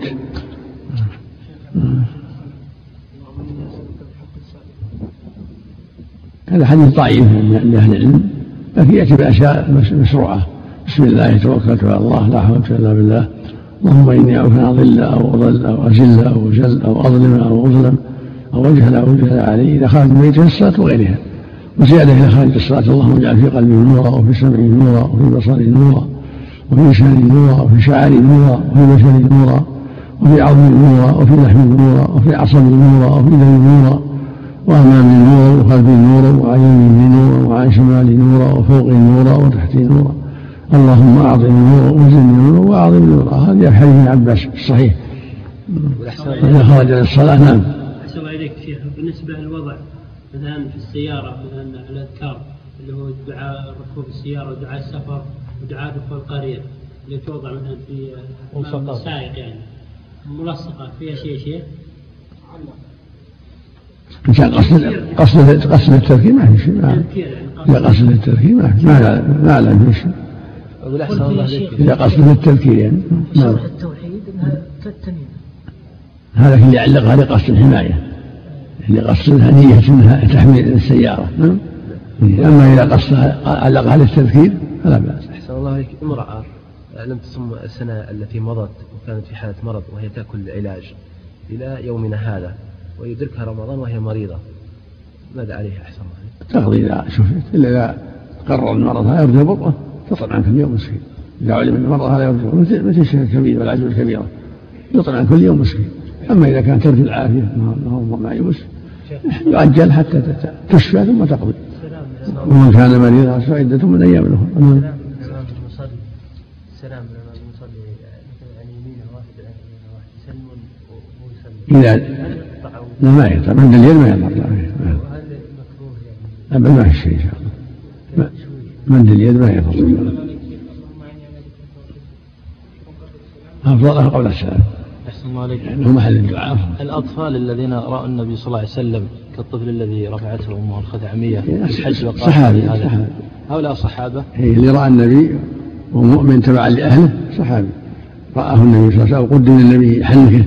هذا حديث ضعيف من أهل العلم، لكن يأتي بأشياء مشروعة. بسم الله توكلت على الله لا حول ولا قوة إلا بالله، اللهم إني أعوذ أن أضل أو أضل أو أزل أو أجل أو أظلم أو أظلم أو أجهل أو أجهل علي إذا خرج من بيته الصلاة وغيرها. وزيادة إذا خرج الصلاة اللهم اجعل في قلبي نورا وفي سمعي نورا وفي بصري نورا وفي لساني نورا وفي شعري نورا وفي بشري نورا وفي عظم نورا، وفي لحم نورا، وفي عصب نورا، وفي دم نورا، وأمام نورا، وخلف نورا، وعن يمين نورا، وعن شمال نورا، وفوق نورا، وتحت نورا. اللهم أعظم نورا وزدني نورا وأعظم نورا. هذه حديث ابن عباس الصحيح إذا خرج للصلاة. نعم. أحسن الله إليك شيخ، بالنسبة للوضع مثلا في السيارة مثلا الأذكار اللي هو دعاء ركوب السيارة ودعاء السفر ودعاء دخول القرية اللي توضع مثلا في السائق يعني ملصقة فيها شيء شيء إن كان قصد قصد قصد التركيب ما في شيء. إذا قصد التركيب ما ما ما لا في شيء. إذا قصد التركيب يعني شرح التوحيد إنها كالتنين. هذا اللي يعلقها لقصد الحماية، اللي قصدها نية إنها تحمل السيارة. أما إذا قصدها علقها للتذكير فلا بأس. أحسن الله عليك. امرأة لم تصم السنة التي مضت وكانت في حالة مرض وهي تأكل علاج إلى يومنا هذا ويدركها رمضان وهي مريضة، ماذا عليها أحسن الله عليك؟ تقضي إذا شفت، إلا إذا قرر المرض هذا يرجى برأة تطعم عن كل يوم مسكين. إذا علم أن المرض هذا يرجى مثل مثل الشيخ الكبير والعجوز الكبيرة يطعم عن كل يوم مسكين. أما إذا كان ترجو العافية ما يبس يؤجل حتى تشفى ثم تقضي. ومن كان مريضا فعدة من أيام أخرى. السلام لما المصلي عن يمينه واحد عن يمينه واحد يسلم وهو يسلم. لا ما يقطع عند اليد ما يقطع. وهل مكروه يعني؟ أبدا ما في شيء إن شاء الله. عند اليد ما يقطع. أفضلها قبل السلام. أحسن الله عليك. يعني هو محل الدعاء. الأطفال الذين رأوا النبي صلى الله عليه وسلم كالطفل الذي رفعته أمه الخدعمية الحج وقال صحابي هؤلاء صحابة. اللي رأى النبي ومؤمن تبعا لأهله صحابي رآه النبي صلى الله عليه وسلم قدم النبي حنكه.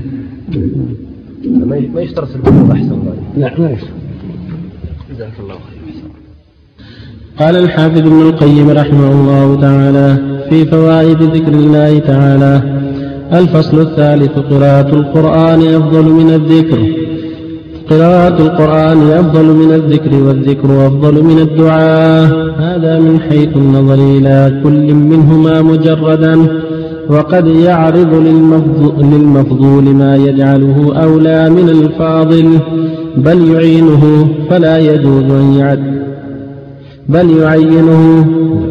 ما يشترط البلوغ أحسن الله. لا ما يشترط. جزاك الله خير. قال الحافظ ابن القيم رحمه الله تعالى في فوائد ذكر الله تعالى: الفصل الثالث: قراءة القرآن أفضل من الذكر. قراءة القرآن أفضل من الذكر، والذكر أفضل من الدعاء. هذا من حيث النظر إلى كل منهما مجردا، وقد يعرض للمفضول ما يجعله أولى من الفاضل، بل يعينه فلا يجوز أن يعد بل يعينه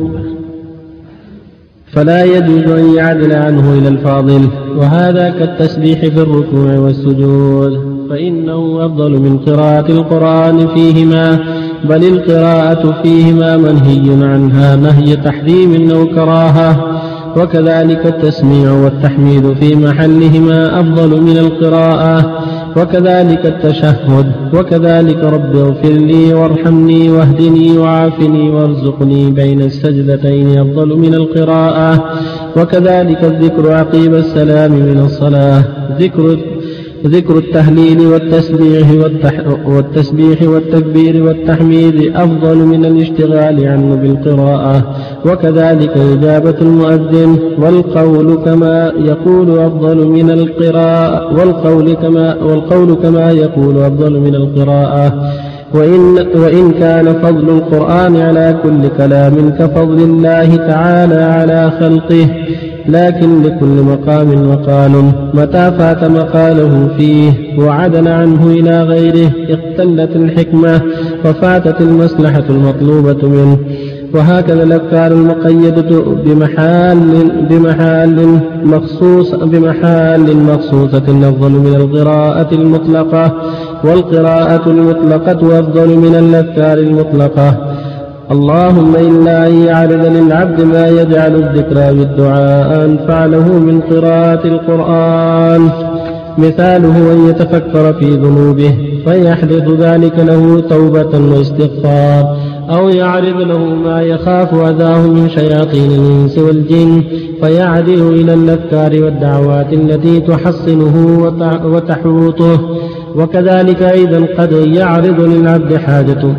فلا يجوز أن يعدل عنه إلى الفاضل. وهذا كالتسبيح في الركوع والسجود، فإنه أفضل من قراءة القرآن فيهما، بل القراءة فيهما منهي عنها نهي تحريم أو كراهة. وكذلك التسميع والتحميد في محلهما أفضل من القراءة، وكذلك التشهد، وكذلك رب اغفر لي وارحمني واهدني وعافني وارزقني بين السجدتين أفضل من القراءة. وكذلك الذكر عقيب السلام من الصلاة، ذكر ذكر التهليل والتسبيح, والتسبيح والتكبير والتحميد أفضل من الاشتغال عنه بالقراءة. وكذلك إجابة المؤذن، والقول كما يقول أفضل من القراءة والقول كما, والقول كما يقول أفضل من القراءة. وإن, وإن كان فضل القرآن على كل كلام كفضل الله تعالى على خلقه، لكن لكل مقام مقال، متى فات مقاله فيه وعدل عنه إلى غيره اختلت الحكمة وفاتت المصلحة المطلوبة منه. وهكذا الأذكار المقيدة بمحال بمحال مخصوص بمحال مخصوصة أفضل من القراءة المطلقة، والقراءة المطلقة أفضل من الأذكار المطلقة. اللهم إلا أن يعرض للعبد ما يجعل الذكر بالدعاء أنفع له من قراءة القرآن، مثاله أن يتفكر في ذنوبه فيحدث ذلك له توبة واستغفار، أو يعرض له ما يخاف أذاه من شياطين الإنس والجن فيعدل إلى الأذكار والدعوات التي تحصنه وتحوطه. وكذلك أيضا قد يعرض للعبد حاجته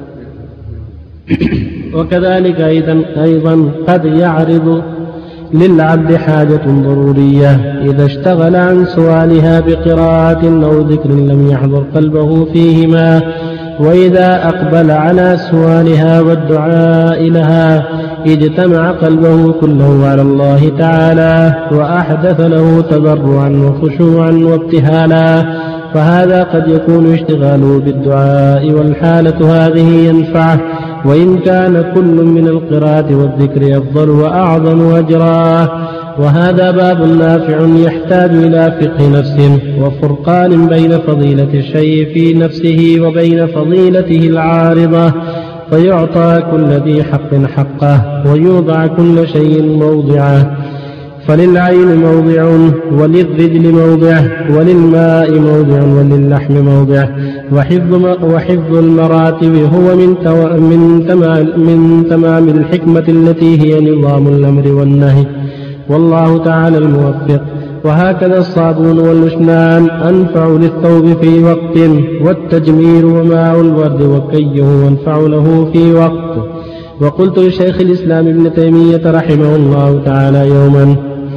وكذلك أيضا, أيضا قد يعرض للعبد حاجة ضرورية إذا اشتغل عن سؤالها بقراءة أو ذكر لم يحضر قلبه فيهما، وإذا أقبل على سؤالها والدعاء لها اجتمع قلبه كله على الله تعالى وأحدث له تضرعا وخشوعا وابتهالا، فهذا قد يكون اشتغاله بالدعاء والحالة هذه ينفعه، وإن كان كل من القراءة والذكر أفضل وأعظم أجرا. وهذا باب نافع يحتاج إلى فقه نفس وفرقان بين فضيلة الشيء في نفسه وبين فضيلته العارضة، فيعطى كل ذي حق حقه ويوضع كل شيء موضعه، فللعين موضع وللرجل موضع وللماء موضع وللحم موضع، وحفظ, وحفظ المراتب هو من, من, تمام من تمام الحكمة التي هي نظام الأمر والنهي، والله تعالى الموفق. وهكذا الصابون واللشنان أنفع للثوب في وقت، والتجمير وماء الورد وكيه أنفع له في وقت. وقلت لشيخ الإسلام ابن تيمية رحمه الله تعالى يوما،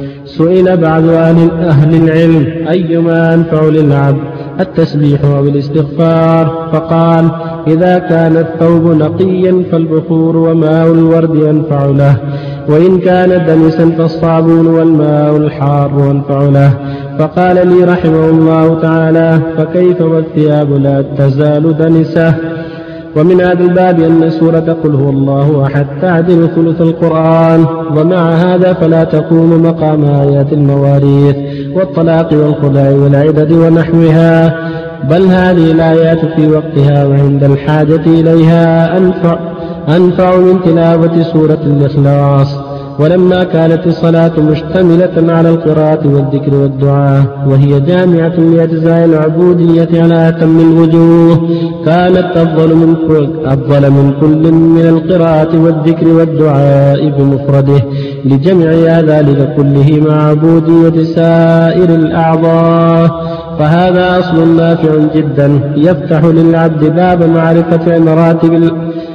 سئل بعض أهل العلم أيما أنفع للعبد التسبيح أو الاستغفار، فقال إذا كان الثوب نقيا فالبخور وماء الورد أنفع له، وإن كان دنسا فالصابون والماء الحار أنفع له. فقال لي رحمه الله تعالى فكيف والثياب لا تزال دنسة. ومن هذا الباب أن سورة قل هو الله أحد تعدل ثلث القرآن، ومع هذا فلا تقوم مقام آيات المواريث والطلاق والخلع والعدد ونحوها، بل هذه الآيات في وقتها وعند الحاجة إليها أنفع, أنفع من تلاوة سورة الإخلاص. ولما كانت الصلاة مشتملة على القراءة والذكر والدعاء وهي جامعة لأجزاء العبودية على أتم الوجوه، كانت أفضل من كل, أفضل من كل من القراءة والذكر والدعاء بمفرده لجمع ذلك كله مع عبودية سائر الأعضاء. فهذا أصل نافع جدا يفتح للعبد باب معرفة مراتب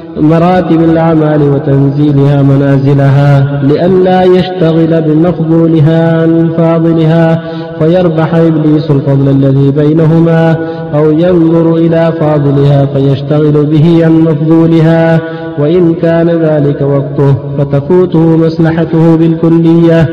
مراتب الأعمال وتنزيلها منازلها، لئلا يشتغل بمفضولها عن فاضلها فيربح إبليس الفضل الذي بينهما، أو ينظر إلى فاضلها فيشتغل به عن مفضولها، وإن كان ذلك وقته فتفوته مصلحته بالكلية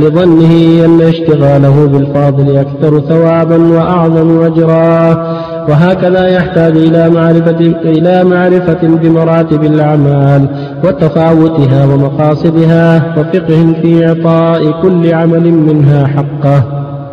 لظنه أن اشتغاله بالفاضل أكثر ثوابا وأعظم أجرا. وهكذا يحتاج إلى معرفة, إلى معرفة بمراتب الأعمال وتفاوتها ومقاصدها، وفقه في إعطاء كل عمل منها حقه،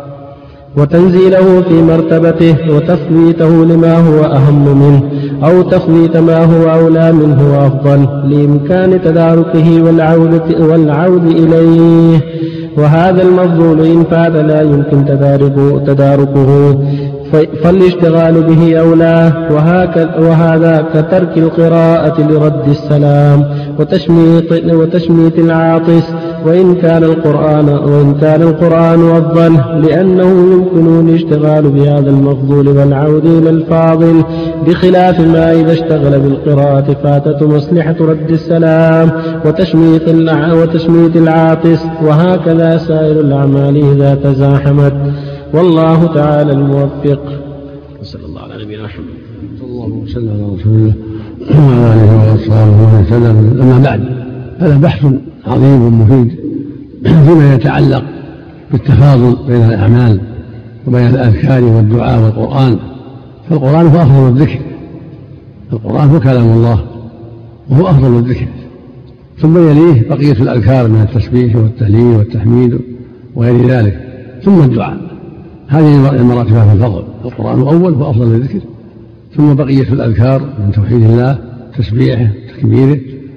وتنزيله في مرتبته، وتفويته لما هو أهم منه أو تفويت ما هو أولى منه وأفضل لإمكان تداركه والعودة, والعود إليه. وهذا المفضول إن فات لا يمكن تداركه فالاشتغال به أولى. وهذا كترك القراءة لرد السلام وتشميت, وتشميت العاطس، وإن كان القرآن وإن كان القرآن أفضل، لأنه يمكن الاشتغال بهذا المفضول والعود إلى الفاضل، بخلاف ما إذا اشتغل بالقراءة فاتت مصلحة رد السلام وتشميت, وتشميت العاطس. وهكذا سائر الأعمال إذا تزاحمت، والله تعالى الموفق. صلى الله على نبينا محمد. اللهم صل على رسول الله وعلى اله وصحبه وسلم. اما بعد، هذا بحث عظيم ومفيد فيما يتعلق بالتفاضل بين الاعمال وبين الاذكار والدعاء والقران. فالقران هو افضل الذكر، القران هو كلام الله وهو افضل الذكر، ثم يليه بقيه الاذكار من التسبيح والتهليل والتحميد وغير ذلك، ثم الدعاء. هذه المراتب في الفضل، القرآن أول وأفضل الذكر، ثم بقية الأذكار من توحيد الله، تسبيحه، تكبيره،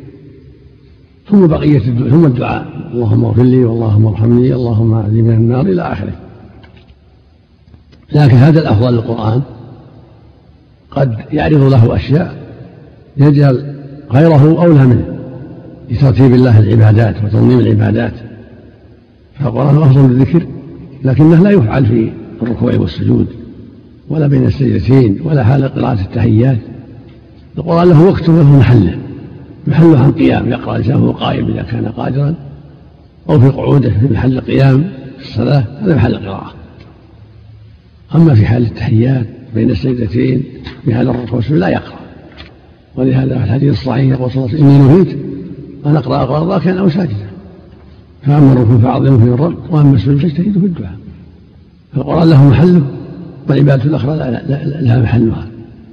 ثم بقية الدعاء، ثم الدعاء، اللهم اغفر لي واللهم ارحمني اللهم أعذني من النار إلى آخره. لكن هذا الأفضل للقرآن قد يعرض له أشياء يجعل غيره أولى منه لترتيب الله العبادات وتنظيم العبادات. فالقرآن أفضل الذكر، لكنه لا يفعل في الركوع والسجود ولا بين السجدتين ولا حال قراءة التحيات. القرآن له وقت وله محله، محله عن قيام، يقرأ لسانه قائم إذا كان قادرا، أو في قعوده في محل قيام في الصلاة، هذا محل قراءة. أما في حال التحيات بين السجدتين في حال الركوع والسجود لا يقرأ، ولهذا في الحديث الصحيح يقول صلى الله عليه وسلم إني نهيت أن أقرأ القرآن راكعا أو ساجدا فأما الركوع فعظموا في الرب وأما السجود فاجتهدوا في الدعاء. فالقرآن له محله والعبادة الأخرى لها محلها.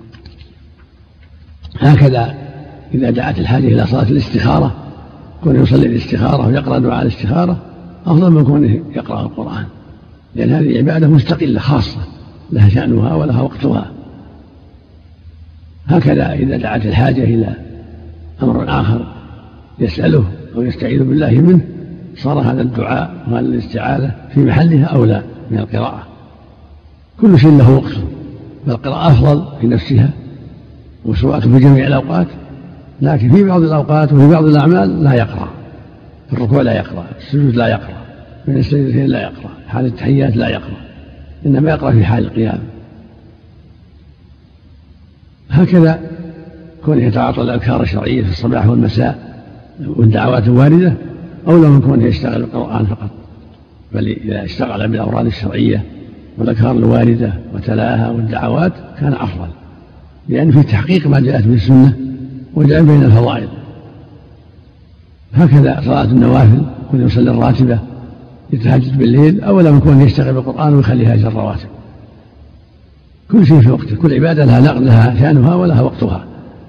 هكذا إذا دعت الحاجة إلى صلاة الاستخارة كون يصلي الاستخارة ويقرأ دعاء الاستخارة أفضل من كونه يقرأ القرآن، لأن هذه عبادة مستقلة خاصة لها شأنها ولها وقتها. هكذا إذا دعت الحاجة إلى أمر آخر يسأله أو يستعيذ بالله منه صار هذا الدعاء وهذا الاستعاذة في محلها أولى من القراءة. كل شيء له وقته، فالقراءة أفضل في نفسها وسواء في جميع الأوقات، لكن في بعض الأوقات وفي بعض الأعمال لا يقرأ. في الركوع لا يقرأ، السجود لا يقرأ، بين السجدتين لا يقرأ، حال التحيات لا يقرأ، إنما يقرأ في حال القيام. هكذا كونه يتعاطى الأذكار الشرعية في الصباح والمساء والدعوات الواردة أولى من كونه يشتغل بالقرآن فقط، بل إذا اشتغل بالأوراد الشرعية والأذكار الواردة وتلاها والدعوات كان أفضل، لأن في تحقيق ما جاءت به السنة وجاء بين الفضائل. هكذا صلاة النوافل كون يصلي الراتبة يتهجد بالليل أولى من كونه يشتغل بالقرآن ويخليها أجر الرواتب. كل شيء في وقته، كل عبادة لها نقد لها شأنها ولها وقتها.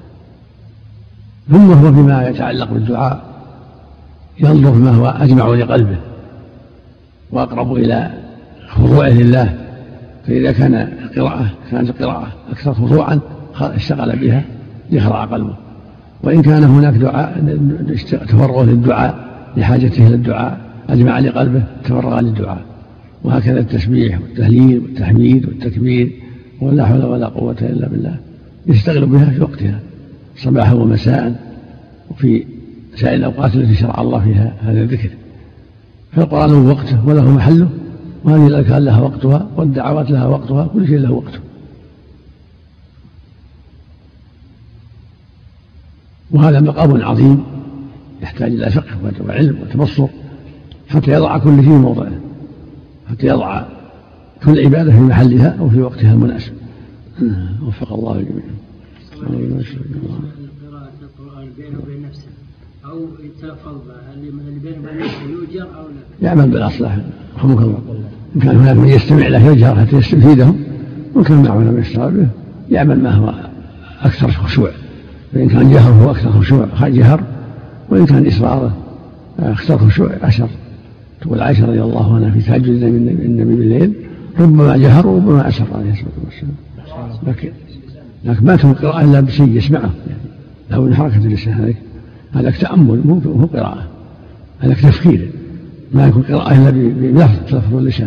ثم هو فيما يتعلق بالدعاء ينظر ما هو أجمع لقلبه وأقرب إلى خضوعه لله، فإذا كان القراءة كانت القراءة أكثر خضوعا اشتغل بها يخضع قلبه، وإن كان هناك دعاء تفرغ للدعاء لحاجته إلى الدعاء أجمع لقلبه تفرغ للدعاء. وهكذا التسبيح والتهليل والتحميد والتكبير ولا حول ولا قوة إلا بالله يشتغل بها في وقتها صباحا ومساء وفي سائر الأوقات التي شرع الله فيها هذا الذكر. فالقرآن له وقته وله محله، وهذه الأذكار لها وقتها والدعوات لها وقتها، كل شيء له وقته. وهذا مقام عظيم يحتاج إلى فقه وعلم وتبصر حتى يضع كل شيء موضعه، حتى يضع كل عبادة في محلها أو في وقتها المناسب. وفق الله الجميع. قراءة القرآن بينه وبين نفسه أو يتلفظ اللي بينه وبين نفسه يؤجر أو لا؟ يعمل بالأصلح رحمك الله. إن كان هناك من يستمع له يجهر حتى يستفيدهم، وإن كان معه من يشتغل به يعمل ما هو أكثر خشوع، فإن كان جهر هو أكثر خشوع جهر، وإن كان إصراره أكثر خشوع أشر. تقول عائشة رضي الله عنها في تهجد النبي بالليل ربما جهر وربما أسر عليه الصلاة والسلام، لكن لكن ما تكون قراءة إلا بشيء يسمعه، يعني له من حركة اللسان، هذا هذا تأمل مو قراءة، هذا تفكير، ما يكون قراءة إلا بلفظ تلفظ اللسان.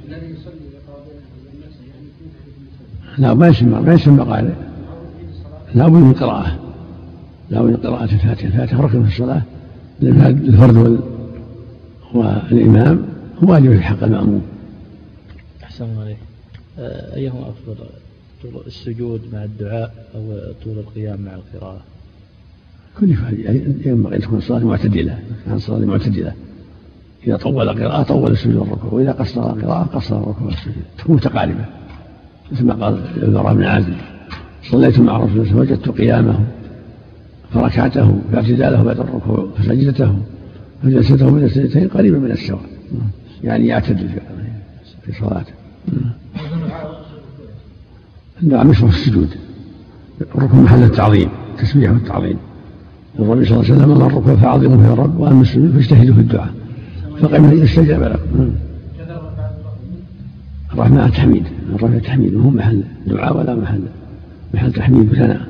لا ما يسمع ما يسمع قارئ، لا بد من قراءة، لا بد من قراءة الفاتحة. الفاتحة ركن في الصلاة للفرد والإمام هو واجب في حق المأموم. أحسن عليك. أيهما أفضل، طول السجود مع الدعاء أو طول القيام مع القراءة؟ كل فعل ينبغي أن تكون صلاة معتدلة، كان صلاة معتدلة، إذا طول القراءة طول السجود والركوع، وإذا قصر القراءة قصر الركوع والسجود، تكون متقاربة مثل ما قال البراء بن عازب صليت مع رسول الله فوجدت قيامه فركعته فاعتداله بعد الركوع فسجدته فجلسته من السجدتين قريبا من السواء، يعني يعتدل في صلاته. الدعاء مش في السجود، الركوع محل التعظيم، التسبيح والتعظيم. الرسول صلى الله عليه وسلم: أما الركوع فعظموا في الرب، وأما السجود فاجتهدوا في الدعاء فقم يستجاب لكم. الرحمن التحميد، الرفع التحميد وهو محل دعاء ولا محل محل تحميد وثناء.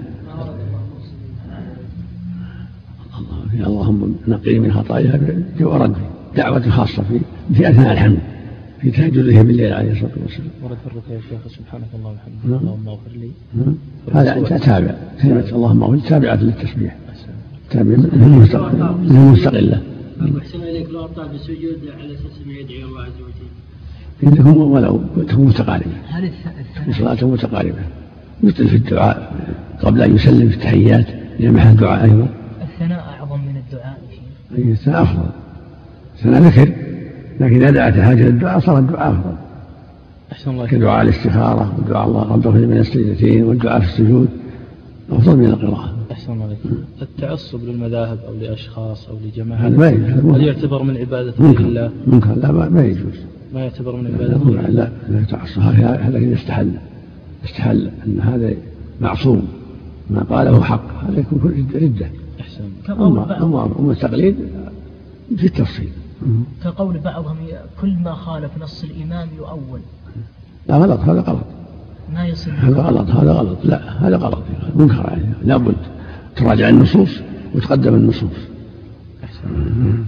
اللهم نقني من خطاياها ورد دعوة خاصة في في أثناء الحمد في تهجده بالليل عليه الصلاة والسلام. ورد في الركوع يا شيخ سبحانك اللهم وبحمدك اللهم اغفر لي. هذا أنت تابع كلمة اللهم اغفر تابعة للتسبيح، تابعة مستقلة. أحسن إليك لو أطال بالسجود على أساس أنه يدعي الله عز وجل. عندكم ولو تكون متقاربة، صلاته متقاربة، مثل في الدعاء قبل أن يسلم في التحيات إلى محل الدعاء أيضا. الثناء أعظم من الدعاء. أي الثناء أفضل، الثناء ذكر، لكن إذا دعت حاجة للدعاء صار الدعاء أفضل. أحسن الله. كدعاء الاستخارة ودعاء الله ربه من السجدتين والدعاء في السجود أفضل من القراءة. أحسن عليك. التعصب للمذاهب أو لأشخاص أو لجماعة هل يعتبر من عبادة الله؟ منكر لا ما يجوز. ما يعتبر من عبادة الله؟ لا لا تعصب هذا إذا استحل استحل أن هذا معصوم ما قاله حق هذا يكون ردة. أحسن. أما أما التقليد في التفصيل. كقول بعضهم كل ما خالف نص الإمام يؤول. لا غلط هذا غلط. ما يصير هذا غلط هذا غلط لا هذا غلط منكر يعني لابد تراجع النصوص وتقدم النصوص. أحسن.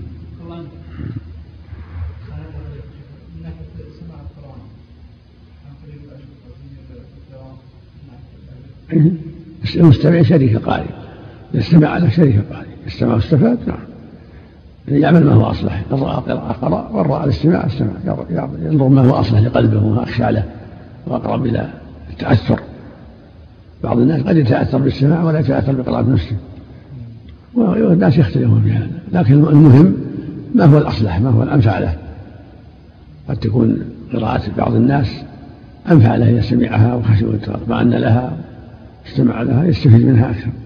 المستمع شريك قارئ يستمع على شريك قارئ يستمع واستفاد نعم يعمل ما هو أصلح إن رأى قراءة قرأ وإن رأى الاستماع استمع ينظر ما هو أصلح لقلبه وما أخشى له وأقرب إلى التأثر. بعض الناس قد يتأثر بالاستماع ولا يتأثر بقراءة نفسه والناس يختلفون في هذا لكن المهم ما هو الأصلح ما هو الأنفع له. قد تكون قراءة بعض الناس أنفع له إذا سمعها وخشي واطمأن لها استمع لها يستفيد منها أكثر.